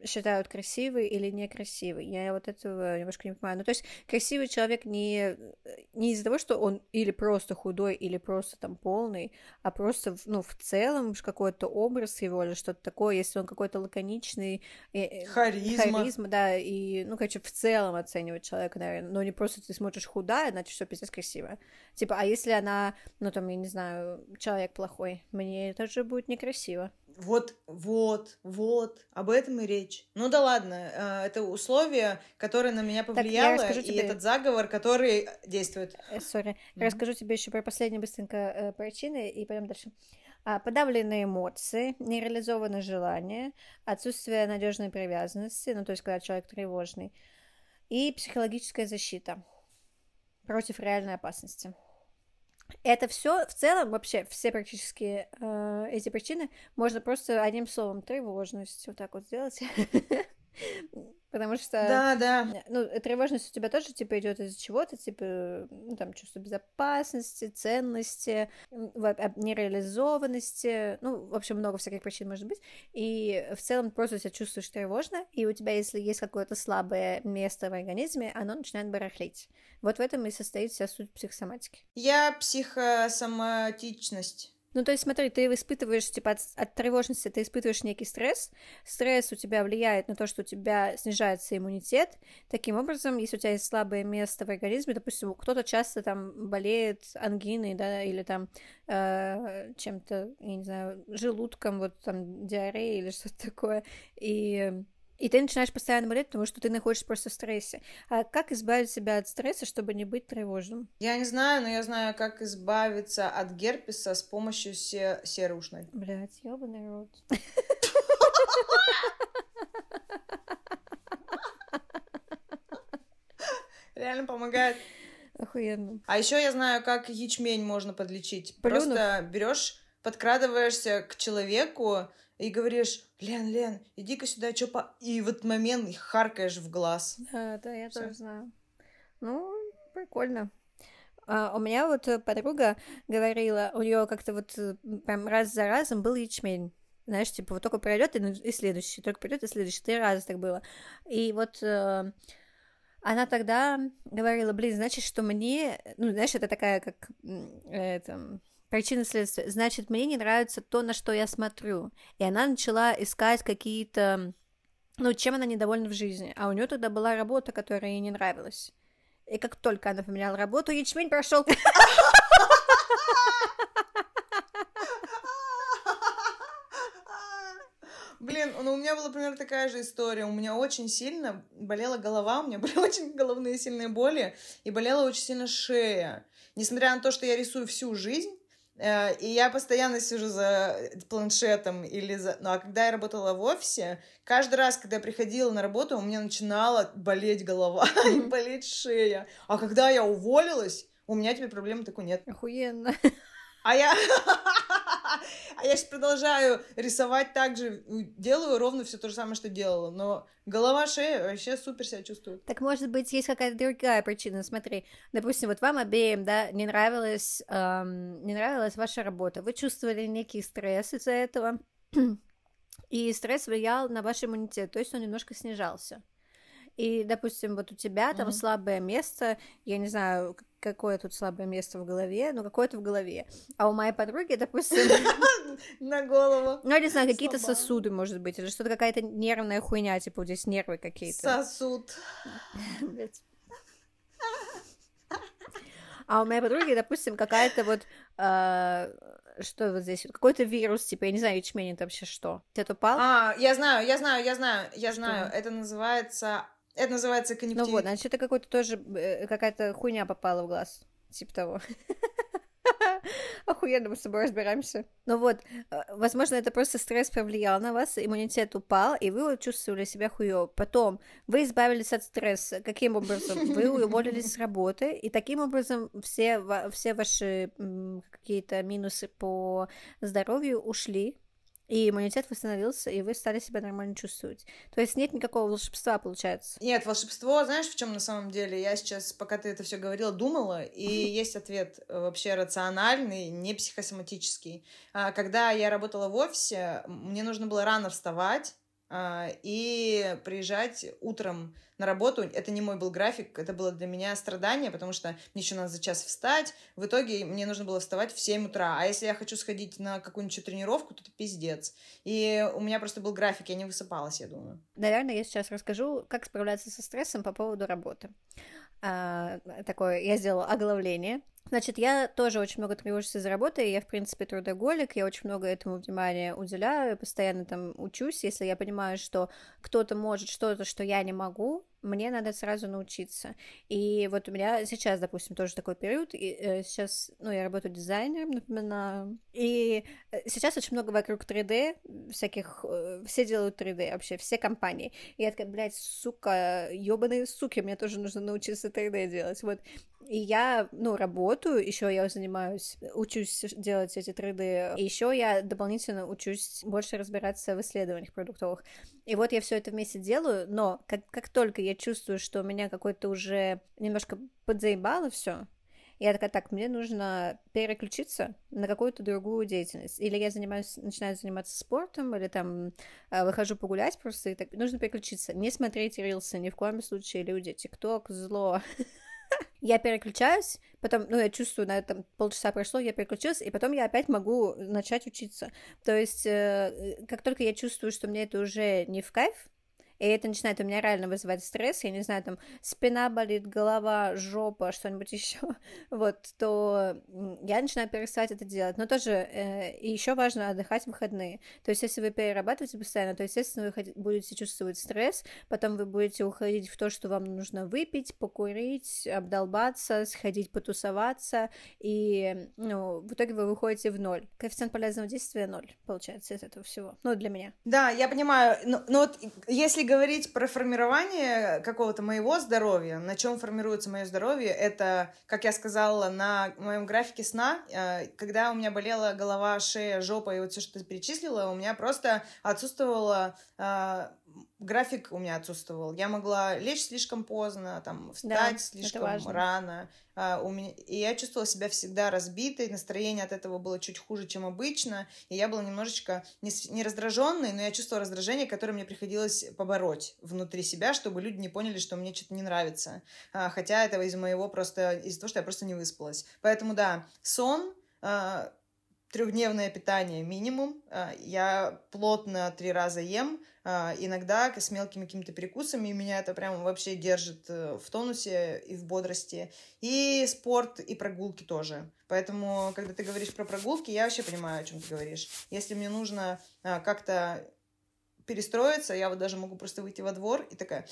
считают красивый или некрасивый. Я вот этого немножко не понимаю. Ну, то есть красивый человек не из-за того, что он или просто худой, или просто там полный, а просто, ну, в целом какой-то образ его или что-то такое, если он какой-то лаконичный. Харизма, да, и, ну, короче, в целом оценивать человека, наверное, но не просто ты смотришь худая, значит, все пиздец красиво. Типа, а если она, ну, там, я не знаю, человек плохой, мне тоже будет некрасиво.
Вот, об этом и речь. Ну да ладно, это условие, которое на меня повлияло, так, и тебе... этот заговор, который действует.
Сори, расскажу тебе еще про последние быстренько причины, и пойдем дальше. Подавленные эмоции, нереализованные желания, отсутствие надежной привязанности, ну, то есть, когда человек тревожный, и психологическая защита против реальной опасности. Это все в целом, вообще, все практически эти причины можно просто одним словом тревожность вот так вот сделать. Потому что,
да.
Ну, тревожность у тебя тоже, типа, идет из-за чего-то, типа, ну, там, чувство безопасности, ценности, нереализованности, ну, в общем, много всяких причин может быть, и в целом просто себя чувствуешь тревожно, и у тебя, если есть какое-то слабое место в организме, оно начинает барахлить. Вот в этом и состоит вся суть психосоматики.
Я психосоматичность.
Ну, то есть, смотри, ты испытываешь, типа, от тревожности ты испытываешь некий стресс. Стресс у тебя влияет на то, что у тебя снижается иммунитет. Таким образом, если у тебя есть слабое место в организме, допустим, кто-то часто там болеет ангиной, да, или там чем-то, я не знаю, желудком, вот там диареей или что-то такое, и ты начинаешь постоянно болеть, потому что ты находишься просто в стрессе. А как избавить себя от стресса, чтобы не быть тревожным?
Я не знаю, но я знаю, как избавиться от герпеса с помощью серушной.
Блядь, ёбаный рот.
Реально помогает.
Охуенно.
А еще я знаю, как ячмень можно подлечить. Просто берешь, подкрадываешься к человеку и говоришь: Лен, иди-ка сюда, и в этот момент их харкаешь в глаз.
Да, я тоже знаю. Ну, прикольно. У меня вот подруга говорила, у нее как-то вот прям раз за разом был ячмень. Знаешь, типа вот только пройдет и следующий, только пройдет и следующий. 3 раза так было. И вот она тогда говорила: блин, значит, что мне... Ну, знаешь, это такая как... причина следствия. Значит, мне не нравится то, на что я смотрю. И она начала искать какие-то... Ну, чем она недовольна в жизни. А у нее тогда была работа, которая ей не нравилась. И как только она поменяла работу, ячмень прошел.
Блин, ну у меня была примерно такая же история. У меня очень сильно болела голова, у меня были очень головные сильные боли, и болела очень сильно шея. Несмотря на то, что я рисую всю жизнь, и я постоянно сижу за планшетом Ну, а когда я работала в офисе, каждый раз, когда я приходила на работу, у меня начинала болеть голова и болеть шея. А когда я уволилась, у меня теперь проблемы такой нет.
Охуенно.
А я сейчас продолжаю рисовать так же, делаю ровно все то же самое, что делала, но голова, шея вообще супер себя чувствуют.
Так, может быть, есть какая-то другая причина. Смотри, допустим, вот вам обеим, да, не нравилась ваша работа, вы чувствовали некий стресс из-за этого, и стресс влиял на ваш иммунитет, то есть он немножко снижался. И, допустим, вот у тебя там слабое место, я не знаю, какое тут слабое место в голове, но какое-то в голове. А у моей подруги, допустим...
На голову.
Ну, я не знаю, какие-то сосуды, может быть, или что-то, какая-то нервная хуйня, типа вот здесь нервы какие-то.
Сосуд.
А у моей подруги, допустим, какая-то вот... Что вот здесь? Какой-то вирус, типа, я не знаю, ячмень это вообще что? Это упал?
Я знаю. Это называется конъюнктивит.
Ну вот, значит, это какой-то тоже, какая-то хуйня попала в глаз, типа того. Охуенно, мы с тобой разбираемся. Ну вот, возможно, это просто стресс повлиял на вас, иммунитет упал, и вы вот чувствовали себя хуёво. Потом вы избавились от стресса. Каким образом? Вы уволились с работы, и таким образом все ваши какие-то минусы по здоровью ушли, и иммунитет восстановился, и вы стали себя нормально чувствовать. То есть нет никакого волшебства, получается.
Нет, волшебство, знаешь, в чем на самом деле? Я сейчас, пока ты это все говорила, думала, и есть ответ вообще рациональный, не психосоматический. Когда я работала в офисе, мне нужно было рано вставать, и приезжать утром на работу. Это не мой был график, это было для меня страдание, потому что мне еще надо за час встать. В итоге мне нужно было вставать в 7 утра. А если я хочу сходить на какую-нибудь тренировку, то это пиздец. И у меня просто был график, я не высыпалась, я думаю.
Наверное, я сейчас расскажу, как справляться со стрессом по поводу работы. Такое, я сделала оглавление. Значит, я тоже очень много тревожусь из-за работы, я, в принципе, трудоголик, я очень много этому внимания уделяю, постоянно там учусь, если я понимаю, что кто-то может что-то, что я не могу, мне надо сразу научиться. И вот у меня сейчас, допустим, тоже такой период, и сейчас, я работаю дизайнером, напоминаю, и сейчас очень много вокруг 3D, всяких, все делают 3D вообще, все компании. И я такая, блядь, сука, ёбаные суки, мне тоже нужно научиться 3D делать, вот. И я, работаю, еще я занимаюсь, учусь делать эти 3D, и еще я дополнительно учусь больше разбираться в исследованиях продуктовых. И вот я все это вместе делаю, но как только я чувствую, что меня какой-то уже немножко подзаебало все, я такая, так, мне нужно переключиться на какую-то другую деятельность. Или я начинаю заниматься спортом, или там выхожу погулять просто, и так, нужно переключиться. Не смотреть рилсы ни в коем случае, люди, ТикТок, зло. Я переключаюсь, потом, я чувствую, на этом полчаса прошло, я переключилась, и потом я опять могу начать учиться. То есть, как только я чувствую, что мне это уже не в кайф, и это начинает у меня реально вызывать стресс, я не знаю, там, спина болит, голова, жопа, что-нибудь еще, вот, то я начинаю перестать это делать. Но тоже еще важно отдыхать в выходные. То есть, если вы перерабатываете постоянно, то, естественно, вы будете чувствовать стресс, потом вы будете уходить в то, что вам нужно выпить, покурить, обдолбаться, сходить потусоваться, и, в итоге вы выходите в ноль. Коэффициент полезного действия 0, получается, из этого всего. Для меня.
Да, я понимаю, но вот если говорить про формирование какого-то моего здоровья, на чем формируется мое здоровье, это, как я сказала, на моем графике сна, когда у меня болела голова, шея, жопа и вот все, что ты перечислила, у меня просто отсутствовало... График у меня отсутствовал. Я могла лечь слишком поздно, там, встать слишком рано. И я чувствовала себя всегда разбитой, настроение от этого было чуть хуже, чем обычно, и я была немножечко не раздраженной, но я чувствовала раздражение, которое мне приходилось побороть внутри себя, чтобы люди не поняли, что мне что-то не нравится. Хотя это из-за того, что я просто не выспалась. Поэтому, да, сон... 3-дневное питание минимум. Я плотно 3 раза ем, иногда с мелкими какими-то перекусами. И меня это прям вообще держит в тонусе и в бодрости. И спорт, и прогулки тоже. Поэтому, когда ты говоришь про прогулки, я вообще понимаю, о чем ты говоришь. Если мне нужно как-то перестроиться, я вот даже могу просто выйти во двор и такая...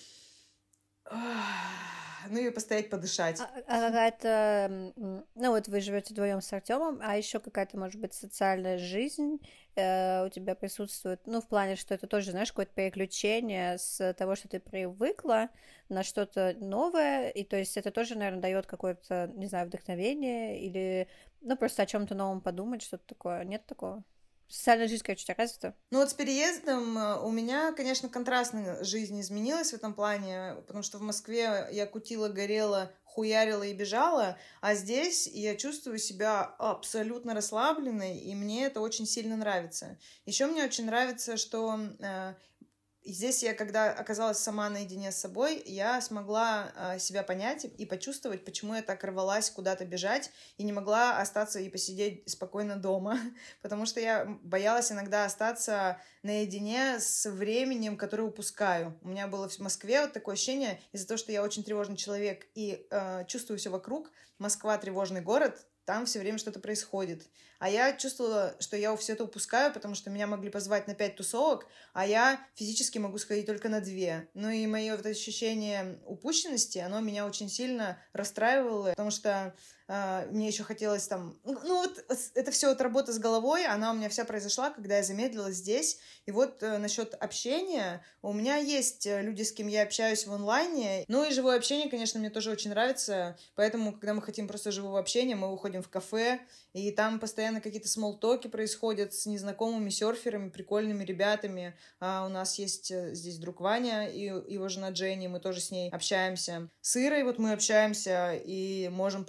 и постоять, подышать.
Какая-то, вот вы живете вдвоем с Артемом, а еще какая-то, может быть, социальная жизнь у тебя присутствует, в плане, что это тоже, знаешь, какое-то переключение с того, что ты привыкла, на что-то новое, и то есть это тоже, наверное, дает какое-то, не знаю, вдохновение или, просто о чем-то новом подумать, что-то такое. Нет такого? Социальная жизнь, короче, у тебя развита?
Вот с переездом у меня, конечно, контрастная жизнь изменилась в этом плане, потому что в Москве я кутила, горела, хуярила и бежала, а здесь я чувствую себя абсолютно расслабленной, и мне это очень сильно нравится. Еще мне очень нравится, что... здесь я, когда оказалась сама наедине с собой, я смогла себя понять и почувствовать, почему я так рвалась куда-то бежать и не могла остаться и посидеть спокойно дома, потому что я боялась иногда остаться наедине с временем, которое упускаю. У меня было в Москве вот такое ощущение, из-за того, что я очень тревожный человек и чувствую все вокруг, Москва — тревожный город, там все время что-то происходит. А я чувствовала, что я все это упускаю, потому что меня могли позвать на 5 тусовок, а я физически могу сходить только на 2. И мое вот ощущение упущенности, оно меня очень сильно расстраивало, потому что мне еще хотелось там... вот это все вот работа с головой, она у меня вся произошла, когда я замедлилась здесь. И вот насчет общения, у меня есть люди, с кем я общаюсь в онлайне. И живое общение, конечно, мне тоже очень нравится. Поэтому, когда мы хотим просто живого общения, мы уходим в кафе, и там постоянно какие-то смолтоки происходят с незнакомыми серферами, прикольными ребятами. У нас есть здесь друг Ваня и его жена Дженни, мы тоже с ней общаемся. С Ирой вот мы общаемся и можем посмотреть фильм,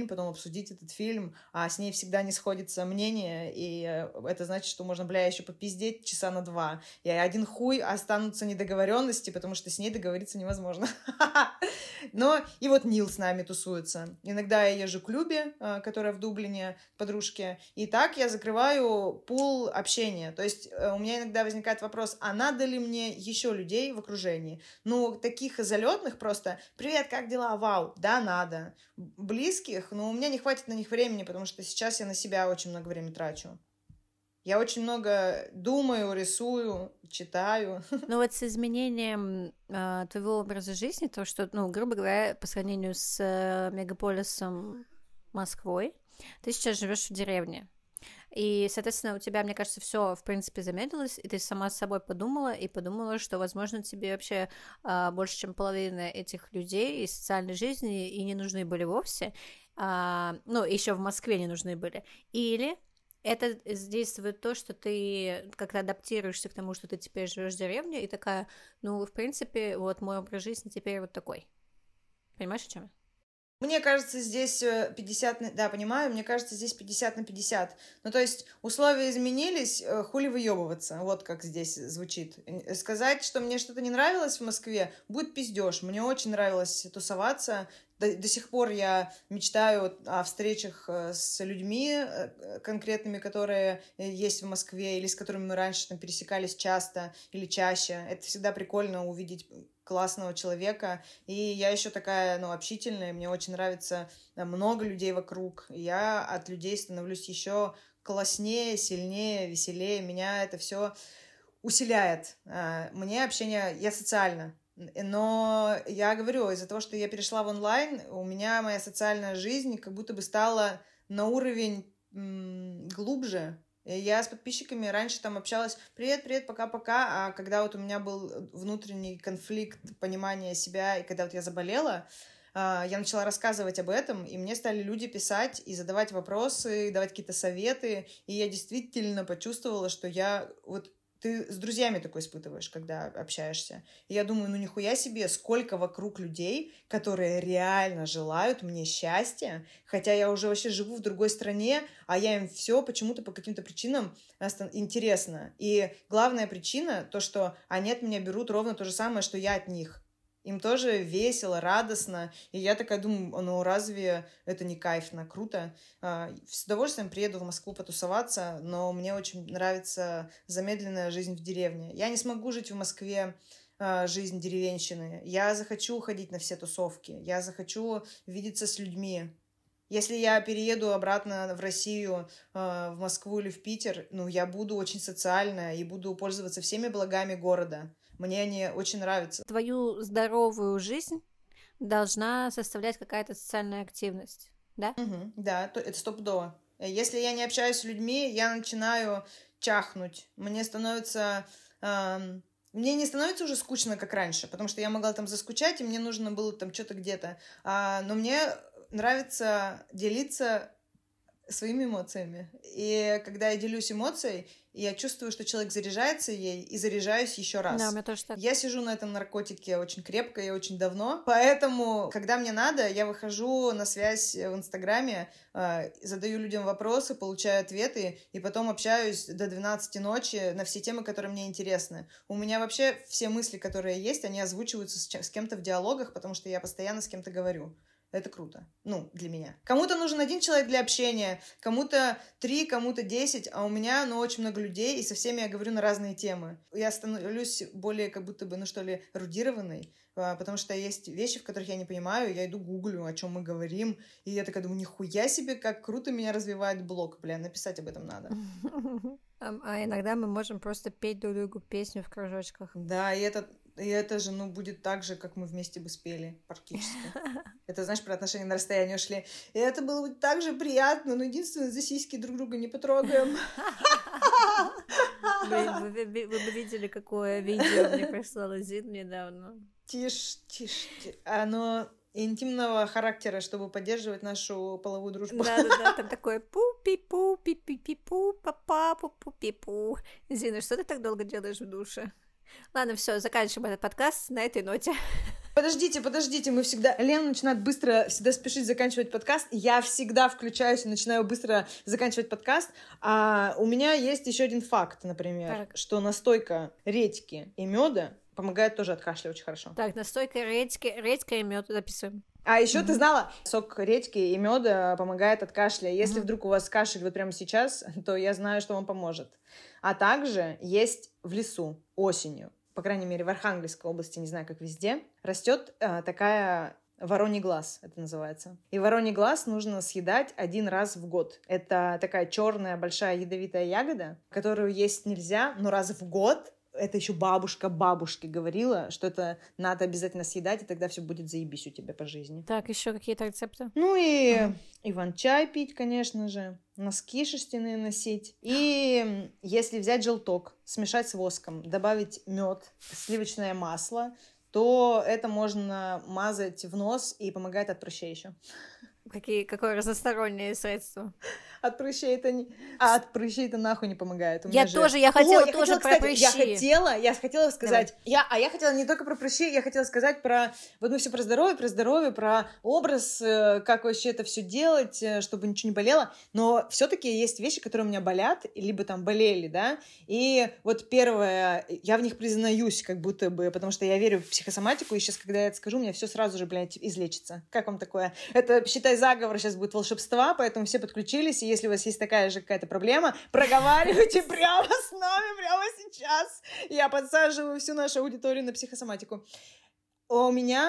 фильм, потом обсудить этот фильм, а с ней всегда не сходится мнение, и это значит, что можно, бля, еще попиздеть часа на 2. И один хуй останутся недоговоренности, потому что с ней договориться невозможно. Но и вот Нил с нами тусуется. Иногда я езжу к Любе, которая в Дублине, подружке, и так я закрываю пул общения. То есть у меня иногда возникает вопрос, а надо ли мне еще людей в окружении? Ну, таких залетных просто «Привет, как дела? Вау!» Да, надо. Близких, но у меня не хватит на них времени, потому что сейчас я на себя очень много времени трачу. Я очень много думаю, рисую, читаю.
Ну вот с изменением твоего образа жизни, то, что, ну, грубо говоря, по сравнению с мегаполисом Москвой, ты сейчас живешь в деревне. И, соответственно, у тебя, мне кажется, все в принципе замедлилось, и ты сама с собой подумала, что, возможно, тебе вообще больше, чем половина этих людей из социальной жизни и не нужны были вовсе, ну, еще в Москве не нужны были. Или это действует то, что ты как-то адаптируешься к тому, что ты теперь живешь в деревне, и такая, ну, в принципе, вот мой образ жизни теперь вот такой. Понимаешь, о чем я?
Мне кажется, здесь 50 да, понимаю, мне кажется, здесь 50 на 50. Ну, то есть условия изменились, хули выебываться, вот как здесь звучит. Сказать, что мне что-то не нравилось в Москве, будет пиздеж. Мне очень нравилось тусоваться. До сих пор я мечтаю о встречах с людьми конкретными, которые есть в Москве, или с которыми мы раньше там пересекались часто или чаще. Это всегда прикольно увидеть классного человека. И я еще такая, ну, общительная, мне очень нравится много людей вокруг. Я от людей становлюсь еще класснее, сильнее, веселее. Меня это все усиляет. Мне общение, я социальна. Но я говорю, из-за того, что я перешла в онлайн, у меня моя социальная жизнь как будто бы стала на уровень глубже. Я с подписчиками раньше там общалась «Привет, привет, пока-пока», а когда вот у меня был внутренний конфликт понимания себя, и когда вот я заболела, я начала рассказывать об этом, и мне стали люди писать и задавать вопросы, и давать какие-то советы, и я действительно почувствовала, что я вот ты с друзьями такое испытываешь, когда общаешься. И я думаю, ну нихуя себе, сколько вокруг людей, которые реально желают мне счастья, хотя я уже вообще живу в другой стране, а я им все почему-то по каким-то причинам интересно. И главная причина, то, что они от меня берут ровно то же самое, что я от них. Им тоже весело, радостно. И я такая думаю, ну разве это не кайфно, круто? С удовольствием приеду в Москву потусоваться, но мне очень нравится замедленная жизнь в деревне. Я не смогу жить в Москве жизнь деревенщины. Я захочу ходить на все тусовки. Я захочу видеться с людьми. Если я перееду обратно в Россию, в Москву или в Питер, ну, я буду очень социальная и буду пользоваться всеми благами города. Мне они очень нравятся.
Твою здоровую жизнь должна составлять какая-то социальная активность, да?
Угу, да, это стопудово. Если я не общаюсь с людьми, я начинаю чахнуть. Мне не становится уже скучно, как раньше, потому что я могла там заскучать, и мне нужно было там что-то где-то. Но мне нравится делиться своими эмоциями. И когда я делюсь эмоцией, я чувствую, что человек заряжается ей, и заряжаюсь еще раз.
Да, у меня тоже так.
Я сижу на этом наркотике очень крепко и очень давно, поэтому, когда мне надо, я выхожу на связь в Инстаграме, задаю людям вопросы, получаю ответы, и потом общаюсь до 12 ночи на все темы, которые мне интересны. У меня вообще все мысли, которые есть, они озвучиваются с кем-то в диалогах, потому что я постоянно с кем-то говорю. Это круто. Ну, для меня. Кому-то нужен один человек для общения, кому-то 3, кому-то 10, а у меня, ну, очень много людей, и со всеми я говорю на разные темы. Я становлюсь более, как будто бы, ну, что ли, эрудированной, потому что есть вещи, в которых я не понимаю, я иду гуглю, о чем мы говорим, и я такая думаю, нихуя себе, как круто меня развивает блог, бля, написать об этом надо.
А иногда мы можем просто петь друг другу песню в кружочках.
Да, и это же, ну, будет так же, как мы вместе бы спели, практически. Это, знаешь, про отношения на расстоянии ушли. И это было бы так же приятно, но единственное, за сиськи друг друга не потрогаем.
Вы бы видели, какое видео мне прислала Зин недавно.
Тише. Оно интимного характера, чтобы поддерживать нашу половую дружбу.
Да, там такое пу-пи-пу, пи-пи-пи-пу, па-па, пу-пи-пу. Зина, что ты так долго делаешь в душе? Ладно, все, заканчиваем этот подкаст на этой ноте.
Подождите, мы всегда... Лена начинает быстро всегда спешить заканчивать подкаст. Я всегда включаюсь и начинаю быстро заканчивать подкаст. А у меня есть еще один факт, например, что настойка редьки и меда помогает тоже от кашля очень хорошо.
Так, настойка редька и мед записываем.
А еще ты знала, сок редьки и меда помогает от кашля. Если вдруг у вас кашель вот прямо сейчас, то я знаю, что вам поможет. А также есть в лесу осенью, по крайней мере, в Архангельской области, не знаю, как везде, растет такая вороний глаз, это называется. И вороний глаз нужно съедать 1 раз в год. Это такая черная большая ядовитая ягода, которую есть нельзя, но раз в год. Это еще бабушка бабушки говорила, что это надо обязательно съедать, и тогда все будет заебись у тебя по жизни.
Так, еще какие-то рецепты?
Ну и иван-чай пить, конечно же, носки шерстяные носить. И если взять желток, смешать с воском, добавить мед, сливочное масло, то это можно мазать в нос и помогает от прыщей еще.
Какое разностороннее средство.
От прыщей это не... А от прыщей это нахуй не помогает.
Я хотела тоже про прыщи.
Я хотела сказать... Я хотела не только про прыщи, я хотела сказать про... Вот мы все про здоровье, про образ, как вообще это все делать, чтобы ничего не болело. Но все-таки есть вещи, которые у меня болят, либо там болели, да. И вот первое, я в них признаюсь, как будто бы, потому что я верю в психосоматику, и сейчас, когда я это скажу, у меня все сразу же, блядь, излечится. Как вам такое? Это, считай, заговор сейчас будет волшебства, поэтому все подключились, и если у вас есть такая же какая-то проблема, проговаривайте прямо с нами, прямо сейчас. Я подсаживаю всю нашу аудиторию на психосоматику. У меня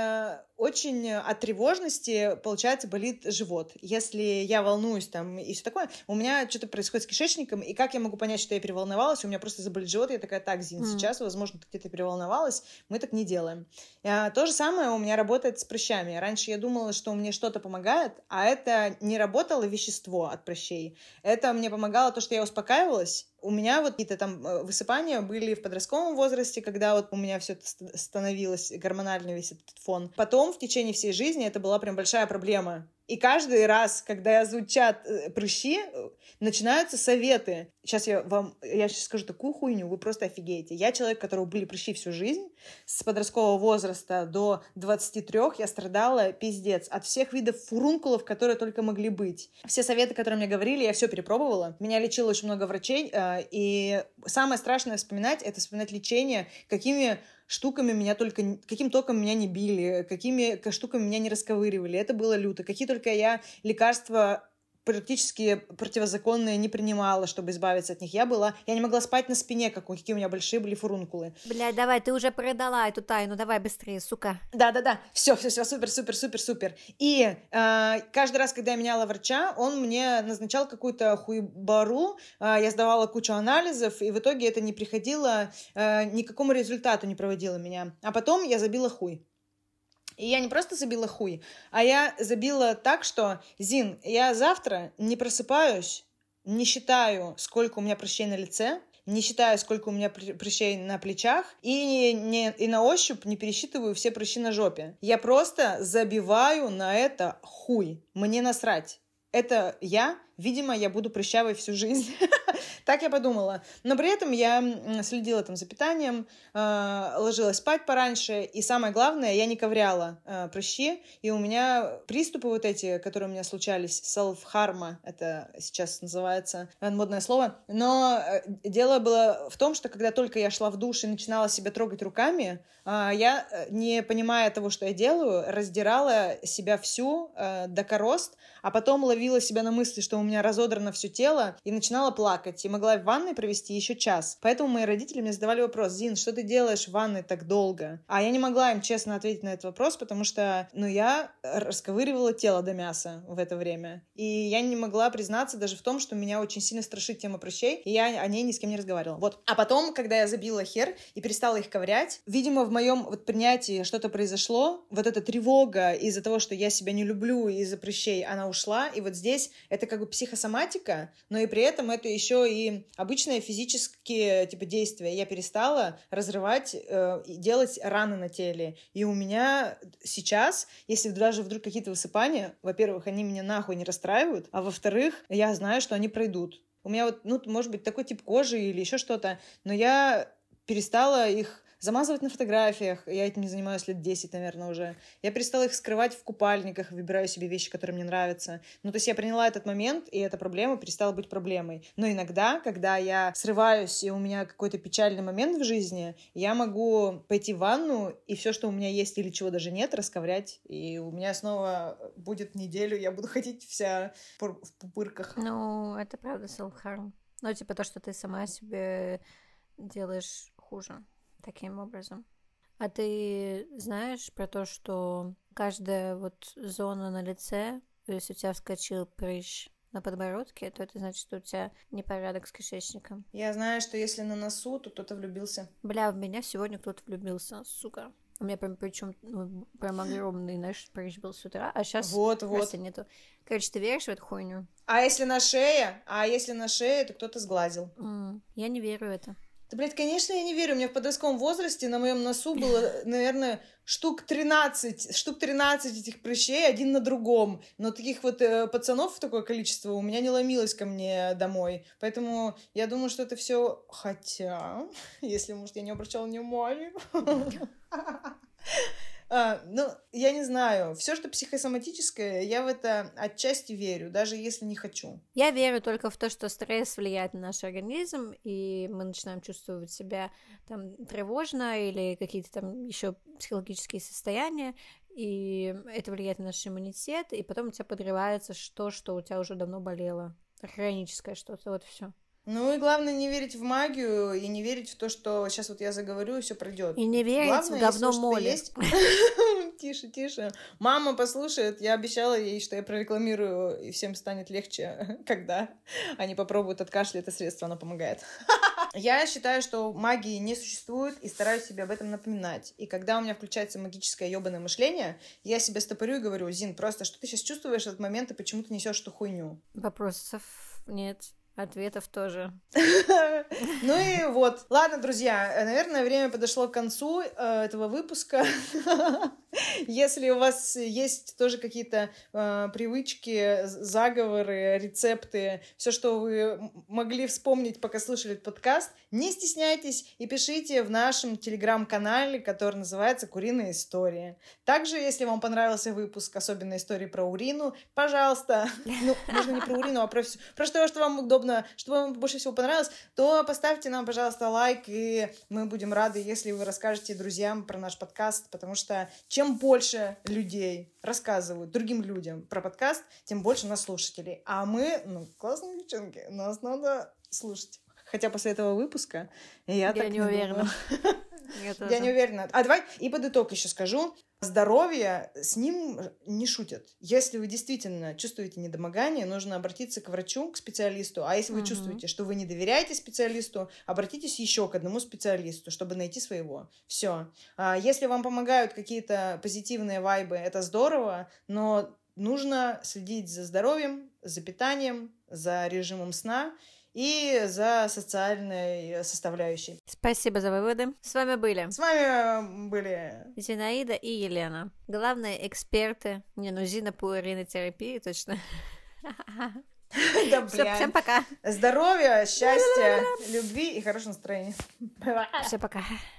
очень от тревожности, получается, болит живот. Если я волнуюсь там и все такое, у меня что-то происходит с кишечником, и как я могу понять, что я переволновалась? У меня просто заболит живот, и я такая, так, Зин, сейчас, возможно, ты где-то переволновалась, мы так не делаем. То же самое у меня работает с прыщами. Раньше я думала, что мне что-то помогает, а это не работало вещество от прыщей. Это мне помогало то, что я успокаивалась. У меня вот какие-то там высыпания были в подростковом возрасте, когда вот у меня все это становилось гормонально, весь этот фон. Потом в течение всей жизни это была прям большая проблема. И каждый раз, когда звучат прыщи, начинаются советы. Я сейчас скажу такую хуйню, вы просто офигеете. Я человек, у которого были прыщи всю жизнь. С подросткового возраста до 23 я страдала пиздец от всех видов фурункулов, которые только могли быть. Все советы, которые мне говорили, я все перепробовала. Меня лечило очень много врачей. И самое страшное вспоминать, это вспоминать лечение, какими штуками каким током меня не били, какими штуками меня не расковыривали. Это было люто. Какие только я лекарства практически противозаконные не принимала, чтобы избавиться от них. Я не могла спать на спине, какие у меня большие были фурункулы.
Блядь, давай, ты уже продала эту тайну, давай быстрее, сука.
Да, все, супер. И каждый раз, когда я меняла врача, он мне назначал какую-то хуйбару, я сдавала кучу анализов, и в итоге это не приходило, никакому результату не проводило меня. А потом я забила хуй. И я не просто забила хуй, а я забила так, что, Зин, я завтра не просыпаюсь, не считаю, сколько у меня прыщей на лице, не считаю, сколько у меня прыщей на плечах, и на ощупь не пересчитываю все прыщи на жопе. Я просто забиваю на это хуй. Мне насрать. Это видимо, я буду прыщавой всю жизнь. Так я подумала. Но при этом я следила там за питанием, ложилась спать пораньше, и самое главное, я не ковыряла прыщи, и у меня приступы вот эти, которые у меня случались, self-harm, это сейчас называется модное слово, но дело было в том, что когда только я шла в душ и начинала себя трогать руками, я, не понимая того, что я делаю, раздирала себя всю до корозд, а потом ловила себя на мысли, что у меня разодрано все тело, и начинала плакать, и могла в ванной провести еще час. Поэтому мои родители мне задавали вопрос: Зин, что ты делаешь в ванной так долго? А я не могла им честно ответить на этот вопрос, потому что, я расковыривала тело до мяса в это время. И я не могла признаться даже в том, что меня очень сильно страшит тема прыщей, и я о ней ни с кем не разговаривала. Вот. А потом, когда я забила хер и перестала их ковырять, видимо, в моем принятии что-то произошло, вот эта тревога из-за того, что я себя не люблю, из-за прыщей, она ушла, и вот здесь это как бы психосоматика, но и при этом это еще и обычные физические действия. Я перестала разрывать и делать раны на теле. И у меня сейчас, если даже вдруг какие-то высыпания, во-первых, они меня нахуй не расстраивают, а во-вторых, я знаю, что они пройдут. У меня может быть такой тип кожи или еще что-то, но я перестала их замазывать на фотографиях. Я этим не занимаюсь лет 10, наверное, уже. Я перестала их скрывать в купальниках, выбираю себе вещи, которые мне нравятся. Ну, то есть я приняла этот момент, и эта проблема перестала быть проблемой. Но иногда, когда я срываюсь, и у меня какой-то печальный момент в жизни, я могу пойти в ванну, и все, что у меня есть или чего даже нет, расковырять. И у меня снова будет неделю, я буду ходить вся в пупырках.
Ну, это правда self-harm. Ну, типа то, что ты сама себе делаешь хуже таким образом. А ты знаешь про то, что каждая вот зона на лице, если у тебя вскочил прыщ на подбородке, то это значит, что у тебя непорядок с кишечником.
Я знаю, что если на носу, то кто-то влюбился.
Бля, в меня сегодня кто-то влюбился, сука. У меня причем прям огромный, знаешь, прыщ был с утра, а сейчас просто нету. Короче, ты веришь в эту хуйню?
А если на шее? то кто-то сглазил.
Я не верю в это.
Да, блядь, конечно, я не верю. У меня в подростковом возрасте на моем носу было, наверное, штук 13 этих прыщей один на другом. Но таких вот пацанов такое количество у меня не ломилось ко мне домой. Поэтому я думаю, что это все. Хотя, если, может, я не обращала внимания. Ну, я не знаю. Все, что психосоматическое, я в это отчасти верю, даже если не хочу.
Я верю только в то, что стресс влияет на наш организм, и мы начинаем чувствовать себя там тревожно или какие-то там еще психологические состояния, и это влияет на наш иммунитет, и потом у тебя подрывается что у тебя уже давно болело. Хроническое что-то, вот все.
Ну и главное не верить в магию и не верить в то, что сейчас вот я заговорю и все пройдет.
И не верить в говно моли.
Тише. Мама послушает. Я обещала ей, что я прорекламирую, и всем станет легче, когда они попробуют откашлять это средство, оно помогает. Я считаю, что магии не существует, и стараюсь себе об этом напоминать. И когда у меня включается магическое ёбаное мышление, я себя стопорю и говорю: Зин, просто что ты сейчас чувствуешь в этот момент, и почему ты несешь эту хуйню?
Вопросов нет. Ответов тоже.
Ну и вот. Ладно, друзья, наверное, время подошло к концу этого выпуска. Если у вас есть тоже какие-то привычки, заговоры, рецепты, все, что вы могли вспомнить, пока слушали этот подкаст, не стесняйтесь и пишите в нашем телеграм-канале, который называется «Куриные истории». Также, если вам понравился выпуск, особенно истории про Урину, пожалуйста, ну, можно не про Урину, а про что вам удобно, что вам больше всего понравилось, то поставьте нам, пожалуйста, лайк, и мы будем рады, если вы расскажете друзьям про наш подкаст, потому что чем больше людей рассказывают другим людям про подкаст, тем больше у нас слушателей. А мы, классные девчонки, нас надо слушать. Хотя после этого выпуска я так не уверена. Я не уверена. А давай и под итог еще скажу. Здоровье, с ним не шутят. Если вы действительно чувствуете недомогание, нужно обратиться к врачу, к специалисту. А если вы чувствуете, что вы не доверяете специалисту, обратитесь еще к одному специалисту, чтобы найти своего. Все. Если вам помогают какие-то позитивные вайбы, это здорово, но нужно следить за здоровьем, за питанием, за режимом сна и за социальной составляющей.
Спасибо за выводы. С вами были Зинаида и Елена. Главные эксперты. Зина по уринотерапии, точно.
Да,
всем пока.
Здоровья, счастья, любви и хорошего настроения.
Всем пока.